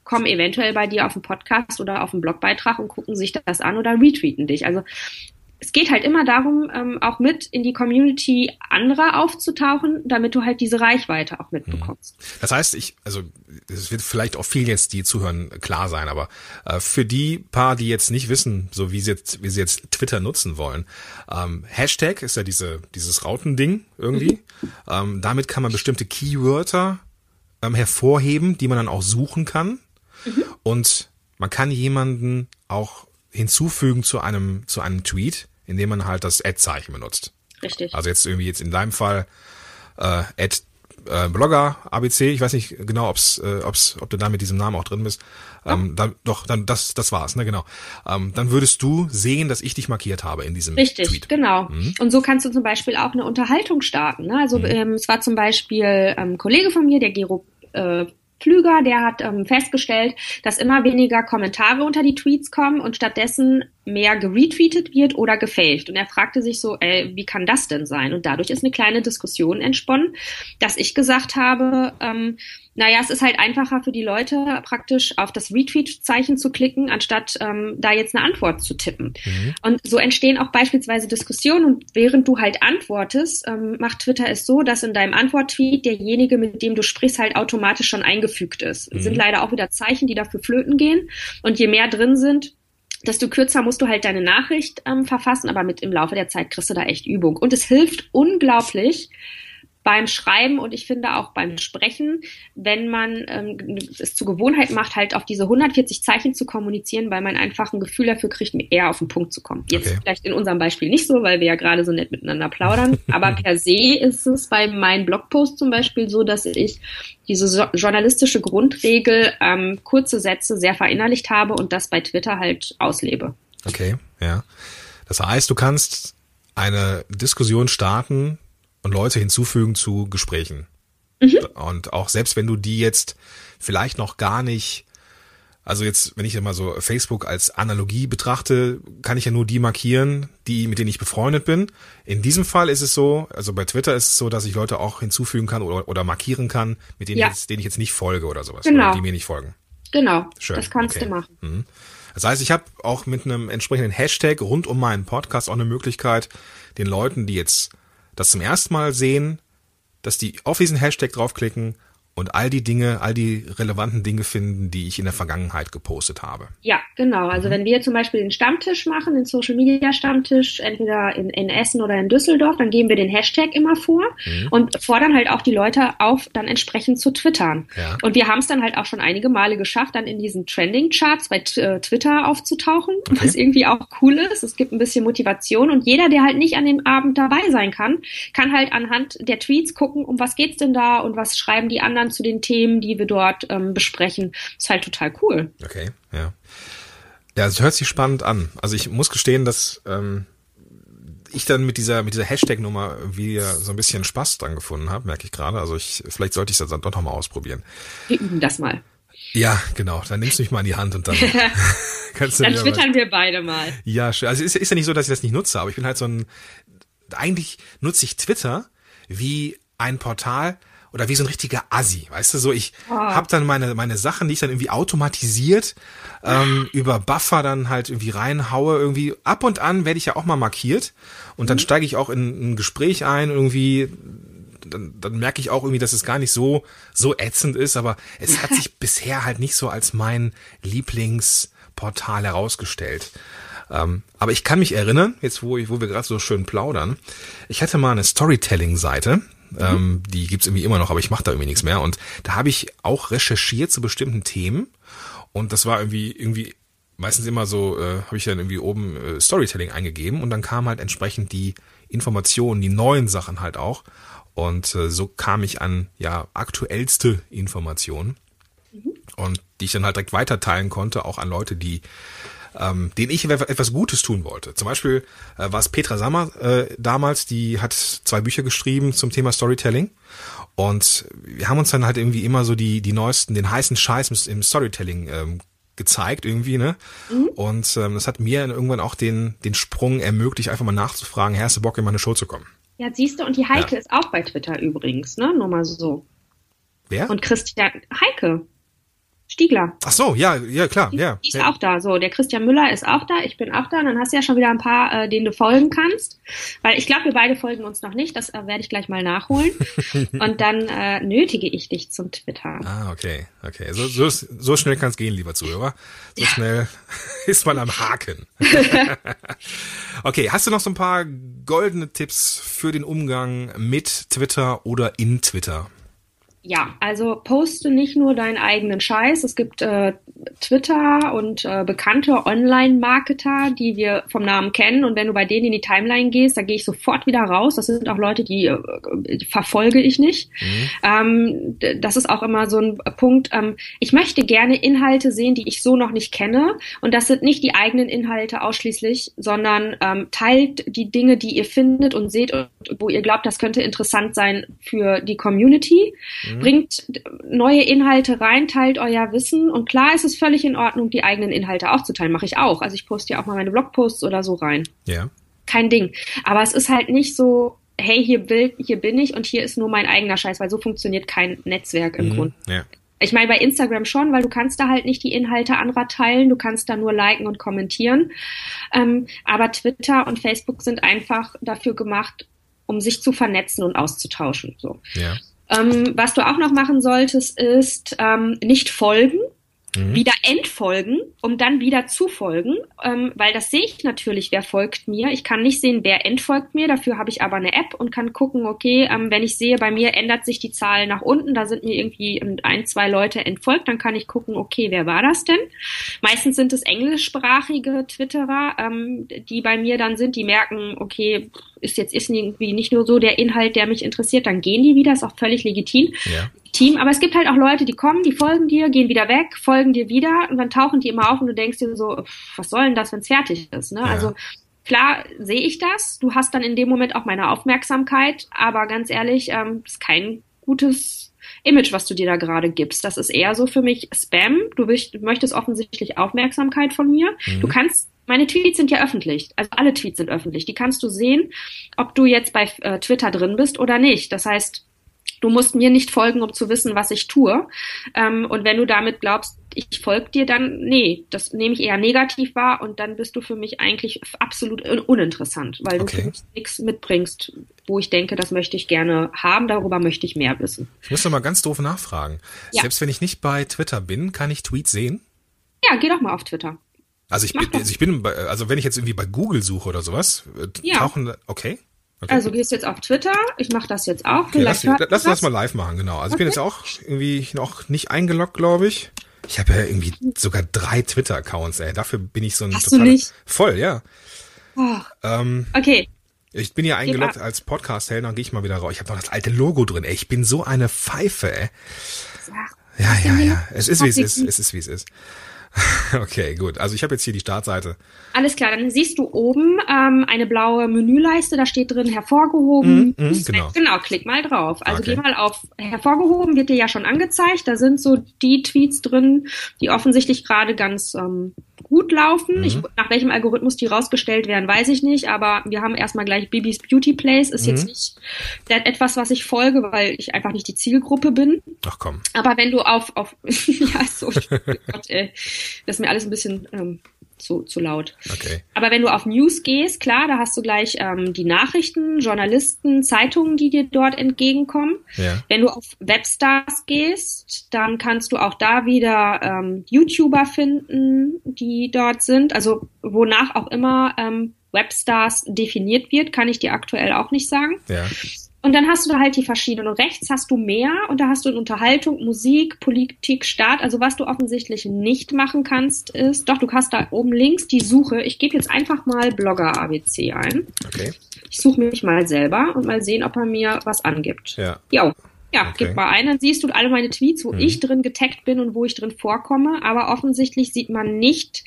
kommen eventuell bei dir auf den Podcast oder auf den Blogbeitrag und gucken sich das an oder retweeten dich. Also es geht halt immer darum, auch mit in die Community anderer aufzutauchen, damit du halt diese Reichweite auch mitbekommst. Das heißt, es wird vielleicht auch vielen jetzt, die zuhören, klar sein, aber für die paar, die jetzt nicht wissen, so wie sie jetzt Twitter nutzen wollen, Hashtag ist ja dieses Rautending irgendwie. Damit kann man bestimmte Keywörter hervorheben, die man dann auch suchen kann. Und man kann jemanden auch hinzufügen zu einem Tweet, indem man halt das Ad-Zeichen benutzt. Richtig. Also jetzt in deinem Fall Blogger ABC, ich weiß nicht genau, ob du da mit diesem Namen auch drin bist. Das war's, ne, genau. Dann würdest du sehen, dass ich dich markiert habe in diesem Richtig, Tweet. Genau. Und so kannst du zum Beispiel auch eine Unterhaltung starten. Ne? Also es war zum Beispiel ein Kollege von mir, der Gero Pflüger, der hat festgestellt, dass immer weniger Kommentare unter die Tweets kommen und stattdessen mehr geretweetet wird oder gefaked. Und er fragte sich so, wie kann das denn sein? Und dadurch ist eine kleine Diskussion entsponnen, dass ich gesagt habe, es ist halt einfacher für die Leute, praktisch auf das Retweet-Zeichen zu klicken, anstatt da jetzt eine Antwort zu tippen. Und so entstehen auch beispielsweise Diskussionen. Und während du halt antwortest, macht Twitter es so, dass in deinem Antwort-Tweet derjenige, mit dem du sprichst, halt automatisch schon eingefügt ist. Es sind leider auch wieder Zeichen, die dafür flöten gehen. Und je mehr drin sind, desto kürzer musst du halt deine Nachricht verfassen, aber im Laufe der Zeit kriegst du da echt Übung. Und es hilft unglaublich beim Schreiben und ich finde auch beim Sprechen, wenn man es zur Gewohnheit macht, halt auf diese 140 Zeichen zu kommunizieren, weil man einfach ein Gefühl dafür kriegt, eher auf den Punkt zu kommen. Jetzt vielleicht in unserem Beispiel nicht so, weil wir ja gerade so nett miteinander plaudern, aber per se ist es bei meinen Blogposts zum Beispiel so, dass ich diese journalistische Grundregel, kurze Sätze sehr verinnerlicht habe und das bei Twitter halt auslebe. Okay, ja. Das heißt, du kannst eine Diskussion starten und Leute hinzufügen zu Gesprächen. Und auch selbst wenn du die jetzt vielleicht noch gar nicht, also jetzt, wenn ich immer so Facebook als Analogie betrachte, kann ich ja nur die markieren, mit denen ich befreundet bin. In diesem Fall ist es so, also bei Twitter ist es so, dass ich Leute auch hinzufügen kann oder markieren kann, mit denen denen ich jetzt nicht folge oder sowas. Genau. Oder die mir nicht folgen. Genau, Schön. Das kannst du machen. Das heißt, ich habe auch mit einem entsprechenden Hashtag rund um meinen Podcast auch eine Möglichkeit, den Leuten, die jetzt das zum ersten Mal sehen, dass die auf diesen Hashtag draufklicken und all die relevanten Dinge finden, die ich in der Vergangenheit gepostet habe. Ja, genau. Also wenn wir zum Beispiel den Stammtisch machen, den Social Media Stammtisch, entweder in Essen oder in Düsseldorf, dann geben wir den Hashtag immer vor und fordern halt auch die Leute auf, dann entsprechend zu twittern. Ja. Und wir haben es dann halt auch schon einige Male geschafft, dann in diesen Trending-Charts bei Twitter aufzutauchen, was irgendwie auch cool ist. Es gibt ein bisschen Motivation und jeder, der halt nicht an dem Abend dabei sein kann halt anhand der Tweets gucken, um was geht's denn da und was schreiben die anderen zu den Themen, die wir dort besprechen. Das ist halt total cool. Okay, ja. Ja, es hört sich spannend an. Also ich muss gestehen, dass ich dann mit dieser Hashtag-Nummer wieder so ein bisschen Spaß dran gefunden habe, merke ich gerade. Also vielleicht sollte ich das dann doch noch mal ausprobieren. Wir üben das mal. Ja, genau. Dann nimmst du mich mal in die Hand und dann kannst du dann twittern wir beide mal. Ja, schön. Also ist ja nicht so, dass ich das nicht nutze, aber ich bin halt eigentlich nutze ich Twitter wie ein Portal, oder wie so ein richtiger Assi, weißt du, so ich habe dann meine Sachen, die ich dann irgendwie automatisiert über Buffer dann halt irgendwie reinhaue, irgendwie ab und an werde ich ja auch mal markiert und dann steige ich auch in ein Gespräch ein, irgendwie dann merke ich auch irgendwie, dass es gar nicht so ätzend ist, aber es hat sich bisher halt nicht so als mein Lieblingsportal herausgestellt. Aber ich kann mich erinnern, jetzt wo wir gerade so schön plaudern, ich hatte mal eine Storytelling-Seite, die gibt's irgendwie immer noch, aber ich mache da irgendwie nichts mehr. Und da habe ich auch recherchiert zu bestimmten Themen. Und das war irgendwie meistens immer so, habe ich dann irgendwie oben Storytelling eingegeben und dann kamen halt entsprechend die Informationen, die neuen Sachen halt auch. Und so kam ich an aktuellste Informationen und die ich dann halt direkt weiterteilen konnte, auch an Leute, denen ich etwas Gutes tun wollte. Zum Beispiel war es Petra Sammer damals, die hat 2 Bücher geschrieben zum Thema Storytelling und wir haben uns dann halt irgendwie immer so die neuesten, den heißen Scheiß im Storytelling gezeigt irgendwie, ne? Und das hat mir irgendwann auch den Sprung ermöglicht, einfach mal nachzufragen, hast du Bock, in meine Show zu kommen? Ja, siehst du, und die Heike ist auch bei Twitter übrigens, ne? Nur mal so. Wer? Und Christian, Heike. Stiegler. Ach so, ja, klar, Die ist auch da. So, der Christian Müller ist auch da, ich bin auch da. Und dann hast du ja schon wieder ein paar, denen du folgen kannst. Weil ich glaube, wir beide folgen uns noch nicht. Das werde ich gleich mal nachholen. Und dann nötige ich dich zum Twitter. Ah, okay. So schnell kann es gehen, lieber Zuhörer. So schnell ist man am Haken. Okay, hast du noch so ein paar goldene Tipps für den Umgang mit Twitter oder in Twitter? Ja, also poste nicht nur deinen eigenen Scheiß. Es gibt Twitter und bekannte Online-Marketer, die wir vom Namen kennen. Und wenn du bei denen in die Timeline gehst, da gehe ich sofort wieder raus. Das sind auch Leute, die verfolge ich nicht. Das ist auch immer so ein Punkt. Ich möchte gerne Inhalte sehen, die ich so noch nicht kenne. Und das sind nicht die eigenen Inhalte ausschließlich, sondern teilt die Dinge, die ihr findet und seht und wo ihr glaubt, das könnte interessant sein für die Community. Bringt neue Inhalte rein, teilt euer Wissen und klar ist es völlig in Ordnung, die eigenen Inhalte auch zu teilen. Mache ich auch. Also ich poste ja auch mal meine Blogposts oder so rein. Ja. Kein Ding. Aber es ist halt nicht so, hey, hier bin ich und hier ist nur mein eigener Scheiß, weil so funktioniert kein Netzwerk im Grunde. Ja. Ich meine, bei Instagram schon, weil du kannst da halt nicht die Inhalte anderer teilen, du kannst da nur liken und kommentieren. Aber Twitter und Facebook sind einfach dafür gemacht, um sich zu vernetzen und auszutauschen. So. Ja. Was du auch noch machen solltest, ist nicht folgen, wieder entfolgen, um dann wieder zu folgen, weil das sehe ich natürlich, wer folgt mir. Ich kann nicht sehen, wer entfolgt mir, dafür habe ich aber eine App und kann gucken, okay, wenn ich sehe, bei mir ändert sich die Zahl nach unten, da sind mir irgendwie 1, 2 Leute entfolgt, dann kann ich gucken, okay, wer war das denn? Meistens sind es englischsprachige Twitterer, die bei mir dann sind, die merken, okay, ist irgendwie nicht nur so der Inhalt, der mich interessiert, dann gehen die wieder, ist auch völlig legitim. Ja. Aber es gibt halt auch Leute, die kommen, die folgen dir, gehen wieder weg, folgen dir wieder und dann tauchen die immer auf und du denkst dir so, was soll denn das, wenn es fertig ist, ne? Ja. Also klar sehe ich das, du hast dann in dem Moment auch meine Aufmerksamkeit, aber ganz ehrlich, ist kein gutes Image, was du dir da gerade gibst. Das ist eher so für mich Spam. Du möchtest offensichtlich Aufmerksamkeit von mir. Meine Tweets sind ja öffentlich, also alle Tweets sind öffentlich. Die kannst du sehen, ob du jetzt bei Twitter drin bist oder nicht. Das heißt, du musst mir nicht folgen, um zu wissen, was ich tue. Und wenn du damit glaubst, ich folge dir, dann nee, das nehme ich eher negativ wahr und dann bist du für mich eigentlich absolut uninteressant, weil du für mich nichts mitbringst, wo ich denke, das möchte ich gerne haben, darüber möchte ich mehr wissen. Ich muss doch mal ganz doof nachfragen. Ja. Selbst wenn ich nicht bei Twitter bin, kann ich Tweets sehen? Ja, geh doch mal auf Twitter. Also wenn ich jetzt irgendwie bei Google suche oder sowas, tauchen, okay. Also gehst jetzt auf Twitter, ich mache das jetzt auch. Okay, lass das mal live machen, genau. Also ich bin jetzt auch irgendwie noch nicht eingeloggt, glaube ich. Ich habe ja irgendwie sogar 3 Twitter-Accounts, ey. Dafür bin ich so ein Hast du nicht? Voll, ja. Oh. Okay. Ich bin ja eingeloggt als Podcast-Held, dann gehe ich mal wieder raus. Ich habe noch das alte Logo drin, ey. Ich bin so eine Pfeife, ey. Ja. Es ist, wie es ist. Okay, gut. Also ich habe jetzt hier die Startseite. Alles klar, dann siehst du oben eine blaue Menüleiste, da steht drin hervorgehoben. Genau, klick mal drauf. Also Geh mal auf hervorgehoben, wird dir ja schon angezeigt. Da sind so die Tweets drin, die offensichtlich gerade ganz gut laufen. Nach welchem Algorithmus die rausgestellt werden, weiß ich nicht, aber wir haben erstmal gleich Bibis Beauty Place. Ist jetzt nicht etwas, was ich folge, weil ich einfach nicht die Zielgruppe bin. Ach komm. Aber wenn du auf ja, so, Gott, ey, das ist mir alles ein bisschen zu laut. Okay. Aber wenn du auf News gehst, klar, da hast du gleich die Nachrichten, Journalisten, Zeitungen, die dir dort entgegenkommen. Ja. Wenn du auf Webstars gehst, dann kannst du auch da wieder YouTuber finden, die dort sind. Also wonach auch immer Webstars definiert wird, kann ich dir aktuell auch nicht sagen. Ja. Und dann hast du da halt die verschiedenen. Und rechts hast du mehr und da hast du Unterhaltung, Musik, Politik, Staat. Also was du offensichtlich nicht machen kannst, ist, doch, du hast da oben links die Suche. Ich gebe jetzt einfach mal Blogger ABC ein. Okay. Ich suche mich mal selber und mal sehen, ob er mir was angibt. Ja. Ja, Okay. Gib mal ein, dann siehst du alle meine Tweets, wo ich drin getaggt bin und wo ich drin vorkomme. Aber offensichtlich sieht man nicht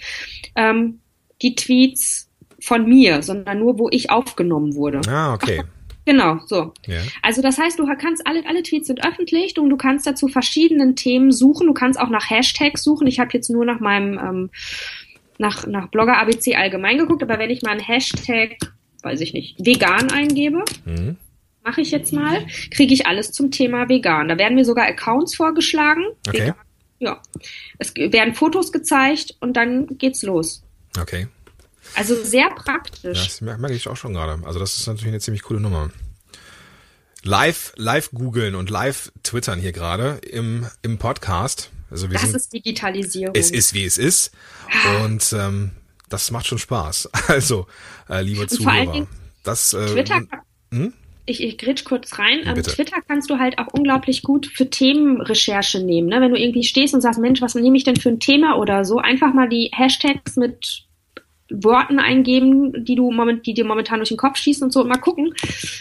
die Tweets von mir, sondern nur, wo ich aufgenommen wurde. Ah, okay. Genau, so. Ja. Also das heißt, du kannst alle Tweets sind öffentlich und du kannst dazu verschiedenen Themen suchen. Du kannst auch nach Hashtags suchen. Ich habe jetzt nur nach meinem nach Blogger ABC allgemein geguckt, aber wenn ich mal einen Hashtag, weiß ich nicht, vegan eingebe, mache ich jetzt mal, kriege ich alles zum Thema vegan. Da werden mir sogar Accounts vorgeschlagen. Okay. ja, es werden Fotos gezeigt und dann geht's los. Okay. Also sehr Ja, praktisch. das merke ich auch schon gerade. Also das ist natürlich eine ziemlich coole Nummer. Live googeln und live twittern hier gerade im Podcast. Also Das ist Digitalisierung. es ist, wie es ist. Und das macht schon Spaß. Also, liebe Und vor allen Zuhörer. Dingen Das, Twitter, hm? ich grätsch kurz rein. Bitte. Twitter kannst du halt auch unglaublich gut für Themenrecherche nehmen. Ne? Wenn du irgendwie stehst und sagst, Mensch, was nehme ich denn für ein Thema oder so, einfach mal die Hashtags mit Worten eingeben, die dir momentan durch den Kopf schießen und so, und mal gucken,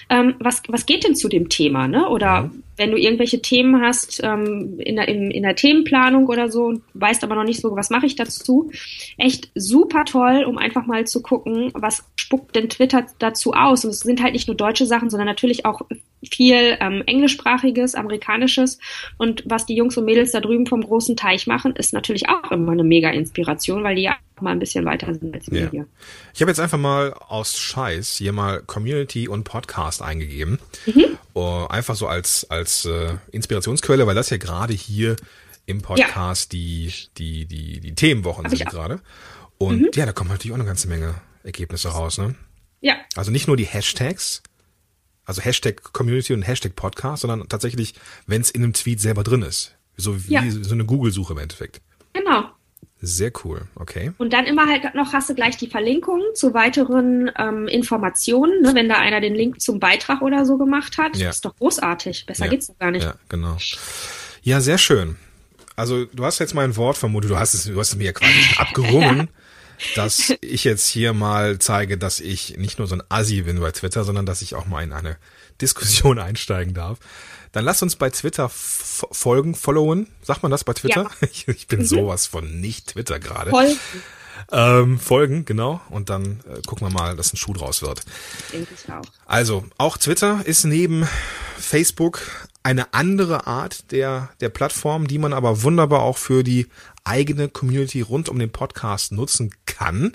was geht denn zu dem Thema, ne? Oder wenn du irgendwelche Themen hast in der Themenplanung oder so und weißt aber noch nicht so, was mache ich dazu, echt super toll, um einfach mal zu gucken, was spuckt denn Twitter dazu aus. Und es sind halt nicht nur deutsche Sachen, sondern natürlich auch viel englischsprachiges, amerikanisches, und was die Jungs und Mädels da drüben vom großen Teich machen, ist natürlich auch immer eine mega Inspiration, weil die ja auch mal ein bisschen weiter sind als wir hier. Ich habe jetzt einfach mal aus Scheiß hier mal Community und Podcast eingegeben. Einfach so als Inspirationsquelle, weil das ja gerade hier im Podcast die Themenwochen sind gerade. Und ja, da kommt natürlich auch eine ganze Menge Ergebnisse raus, ne? Ja. Also nicht nur die Hashtags, also Hashtag Community und Hashtag Podcast, sondern tatsächlich, wenn es in einem Tweet selber drin ist. So wie so eine Google-Suche im Endeffekt. Genau. Sehr cool, okay. Und dann immer halt noch hast du gleich die Verlinkungen zu weiteren Informationen, ne, wenn da einer den Link zum Beitrag oder so gemacht hat. Ja. Das ist doch großartig. Besser geht's doch gar nicht. Ja, genau. Ja, sehr schön. Also du hast jetzt mein Wort vermutet, du hast es mir ja quasi abgerungen, dass ich jetzt hier mal zeige, dass ich nicht nur so ein Assi bin bei Twitter, sondern dass ich auch mal in eine Diskussion einsteigen darf. Dann lass uns bei Twitter followen. Sagt man das bei Twitter? Ja. Ich bin sowas von nicht Twitter gerade. Voll. Folgen, genau. Und dann gucken wir mal, dass ein Schuh draus wird. Denke ich auch. Also, auch Twitter ist neben Facebook eine andere Art der Plattform, die man aber wunderbar auch für die eigene Community rund um den Podcast nutzen kann.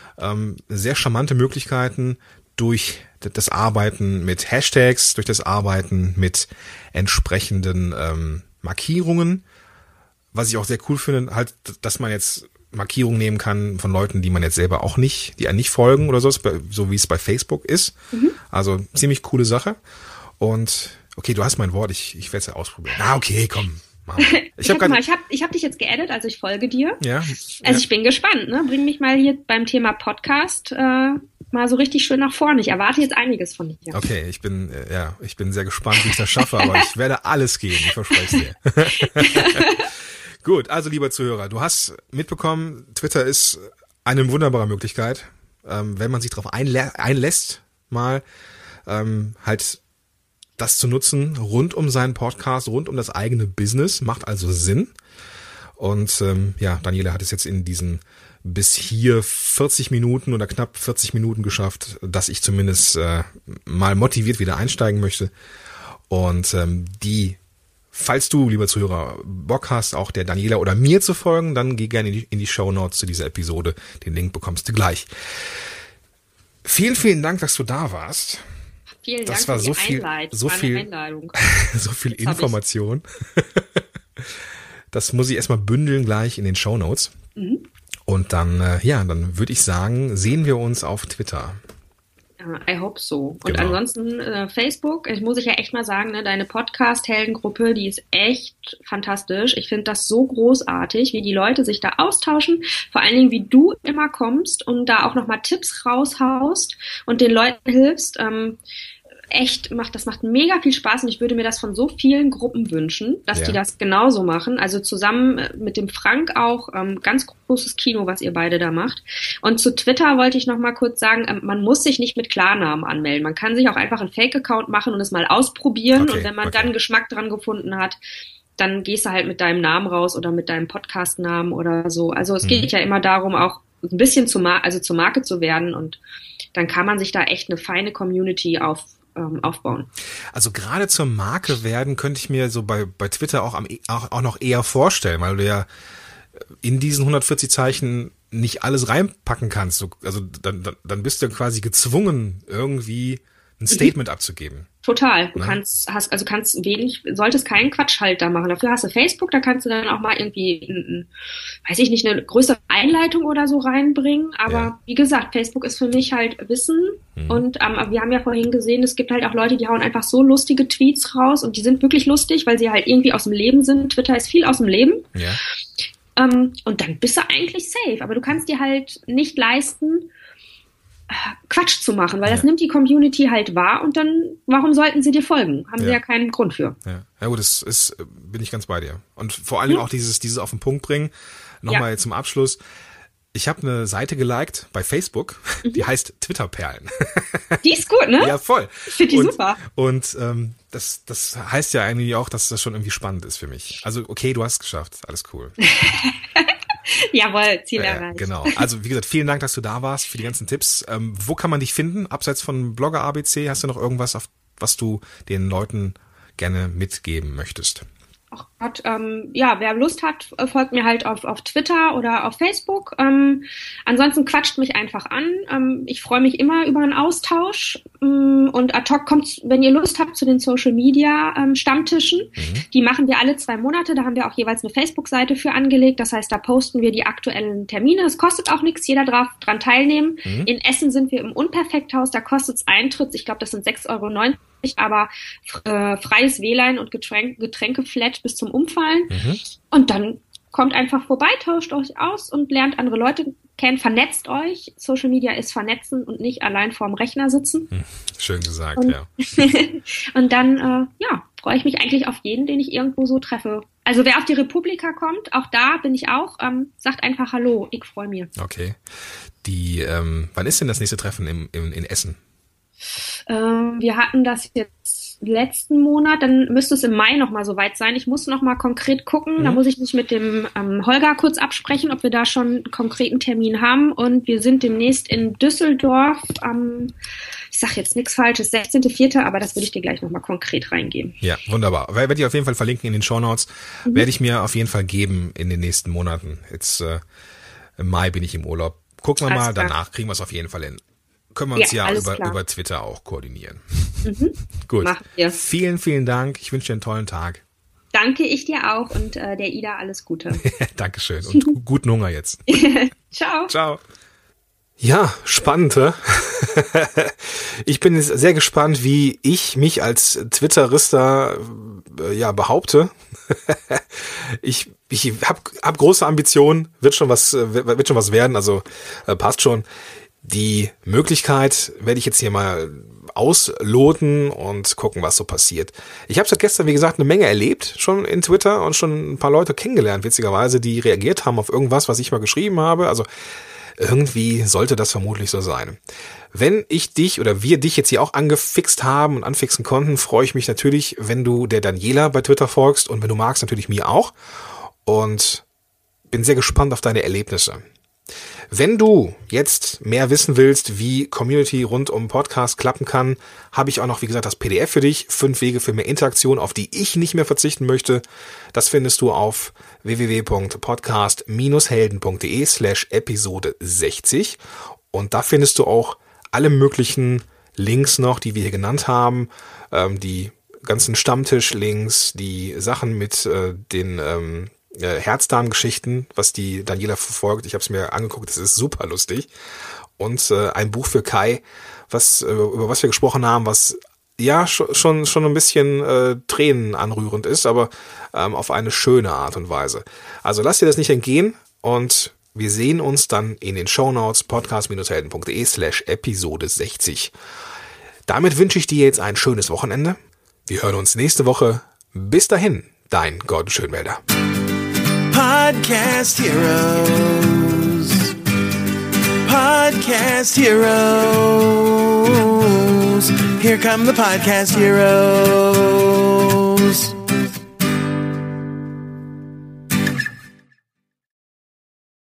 Sehr charmante Möglichkeiten durch das Arbeiten mit Hashtags, durch das Arbeiten mit entsprechenden Markierungen. Was ich auch sehr cool finde, halt, dass man jetzt Markierungen nehmen kann von Leuten, die man jetzt selber auch nicht, die einem nicht folgen oder so wie es bei Facebook ist. Also ziemlich coole Sache. Und okay, du hast mein Wort, ich werde es ja ausprobieren. Okay, komm. Ich hab dich jetzt geaddet, also ich folge dir. Ja. Also ich bin gespannt, ne? Bring mich mal hier beim Thema Podcast mal so richtig schön nach vorne. Ich erwarte jetzt einiges von dir. Okay, ich bin sehr gespannt, wie ich das schaffe, aber ich werde alles geben, ich verspreche es dir. Gut, also lieber Zuhörer, du hast mitbekommen, Twitter ist eine wunderbare Möglichkeit, wenn man sich darauf einlässt, mal halt das zu nutzen, rund um seinen Podcast, rund um das eigene Business, macht also Sinn. Und Daniela hat es jetzt in diesen bis hier 40 Minuten oder knapp 40 Minuten geschafft, dass ich zumindest mal motiviert wieder einsteigen möchte. Und falls du, lieber Zuhörer, Bock hast, auch der Daniela oder mir zu folgen, dann geh gerne in die Shownotes zu dieser Episode. Den Link bekommst du gleich. Vielen, vielen Dank, dass du da warst. Vielen Dank das war für so die Einladung. So viel Information. Das muss ich erstmal bündeln gleich in den Shownotes. Und dann, dann würde ich sagen, sehen wir uns auf Twitter. I hope so. Und Genau. ansonsten Facebook, muss ich ja echt mal sagen, ne, deine Podcast-Heldengruppe, die ist echt fantastisch. Ich finde das so großartig, wie die Leute sich da austauschen. Vor allen Dingen, wie du immer kommst und da auch nochmal Tipps raushaust und den Leuten hilfst. Das macht mega viel Spaß und ich würde mir das von so vielen Gruppen wünschen, dass die das genauso machen. Also zusammen mit dem Frank auch, ganz großes Kino, was ihr beide da macht. Und zu Twitter wollte ich noch mal kurz sagen, man muss sich nicht mit Klarnamen anmelden. Man kann sich auch einfach einen Fake-Account machen und es mal ausprobieren. Okay, und wenn man dann Geschmack dran gefunden hat, dann gehst du halt mit deinem Namen raus oder mit deinem Podcast-Namen oder so. Also es geht ja immer darum, auch ein bisschen zur Marke zu werden und dann kann man sich da echt eine feine Community aufbauen. Also gerade zur Marke werden könnte ich mir so bei Twitter auch noch eher vorstellen, weil du ja in diesen 140 Zeichen nicht alles reinpacken kannst. Also dann bist du quasi gezwungen, irgendwie ein Statement abzugeben. Total. Du Ne? solltest keinen Quatsch halt da machen. Dafür hast du Facebook, da kannst du dann auch mal irgendwie, weiß ich nicht, eine größere Einleitung oder so reinbringen. Aber wie gesagt, Facebook ist für mich halt Wissen. Und wir haben ja vorhin gesehen, es gibt halt auch Leute, die hauen einfach so lustige Tweets raus und die sind wirklich lustig, weil sie halt irgendwie aus dem Leben sind. Twitter ist viel aus dem Leben. Ja. Und dann bist du eigentlich safe. Aber du kannst dir halt nicht leisten, Quatsch zu machen, weil das nimmt die Community halt wahr und dann, warum sollten sie dir folgen? Haben sie ja keinen Grund für. Ja gut, bin ich ganz bei dir. Und vor allem auch dieses auf den Punkt bringen. Nochmal zum Abschluss. Ich habe eine Seite geliked bei Facebook, die heißt Twitter-Perlen. Die ist gut, ne? Ja, voll. Ich finde die super. Und das heißt ja eigentlich auch, dass das schon irgendwie spannend ist für mich. Also okay, du hast es geschafft, alles cool. Jawohl, Ziel erreicht. Genau. Also wie gesagt, vielen Dank, dass du da warst für die ganzen Tipps. Wo kann man dich finden? Abseits von Blogger ABC, hast du noch irgendwas, was du den Leuten gerne mitgeben möchtest? Ach Gott, wer Lust hat, folgt mir halt auf Twitter oder auf Facebook. Ansonsten quatscht mich einfach an. Ich freue mich immer über einen Austausch. Und ad hoc kommt, wenn ihr Lust habt, zu den Social Media Stammtischen. Die machen wir alle 2 Monate. Da haben wir auch jeweils eine Facebook-Seite für angelegt. Das heißt, da posten wir die aktuellen Termine. Es kostet auch nichts. Jeder darf dran teilnehmen. In Essen sind wir im Unperfekthaus. Da kostet es Eintritt. Ich glaube, das sind 6,90 €. Aber freies WLAN und Getränkeflat bis zum Umfallen. Und dann kommt einfach vorbei, tauscht euch aus und lernt andere Leute kennen, vernetzt euch. Social Media ist vernetzen und nicht allein vorm Rechner sitzen. Schön gesagt, und, ja. Und dann freue ich mich eigentlich auf jeden, den ich irgendwo so treffe. Also wer auf die Republika kommt, auch da bin ich auch, sagt einfach Hallo, ich freue mich. Okay. Wann ist denn das nächste Treffen in Essen? Wir hatten das jetzt letzten Monat, dann müsste es im Mai nochmal soweit sein. Ich muss nochmal konkret gucken, da muss ich mich mit dem Holger kurz absprechen, ob wir da schon einen konkreten Termin haben. Und wir sind demnächst in Düsseldorf ich sage jetzt nichts Falsches, 16.04., aber das würde ich dir gleich nochmal konkret reingeben. Ja, wunderbar. Werde ich auf jeden Fall verlinken in den Shownotes. Werde ich mir auf jeden Fall geben in den nächsten Monaten. Jetzt im Mai bin ich im Urlaub. Gucken wir mal, danach kriegen wir es auf jeden Fall hin. Können wir uns über Twitter auch koordinieren. Gut. Machen wir. Vielen, vielen Dank. Ich wünsche dir einen tollen Tag. Danke, ich dir auch und der Ida alles Gute. Dankeschön und guten Hunger jetzt. Ciao. Ciao. Ja, spannend. Ich bin jetzt sehr gespannt, wie ich mich als Twitterister behaupte. Ich hab große Ambitionen, wird schon was werden, also passt schon. Die Möglichkeit werde ich jetzt hier mal ausloten und gucken, was so passiert. Ich habe seit gestern, wie gesagt, eine Menge erlebt, schon in Twitter und schon ein paar Leute kennengelernt, witzigerweise, die reagiert haben auf irgendwas, was ich mal geschrieben habe. Also irgendwie sollte das vermutlich so sein. Wenn ich dich oder wir dich jetzt hier auch angefixt haben und anfixen konnten, freue ich mich natürlich, wenn du der Daniela bei Twitter folgst und wenn du magst, natürlich mir auch. Und bin sehr gespannt auf deine Erlebnisse. Wenn du jetzt mehr wissen willst, wie Community rund um Podcast klappen kann, habe ich auch noch, wie gesagt, das PDF für dich. 5 Wege für mehr Interaktion, auf die ich nicht mehr verzichten möchte. Das findest du auf www.podcast-helden.de/Episode 60. Und da findest du auch alle möglichen Links noch, die wir hier genannt haben. Die ganzen Stammtisch-Links, die Sachen mit den Herzdarm-Geschichten, was die Daniela verfolgt. Ich habe es mir angeguckt, das ist super lustig. Und ein Buch für Kai, über was wir gesprochen haben, was ja schon ein bisschen Tränen anrührend ist, aber auf eine schöne Art und Weise. Also lass dir das nicht entgehen und wir sehen uns dann in den Shownotes podcast-helden.de/Episode 60. Damit wünsche ich dir jetzt ein schönes Wochenende. Wir hören uns nächste Woche. Bis dahin, dein Gordon Schönwälder. Podcast Heroes. Podcast Heroes. Here come the Podcast Heroes.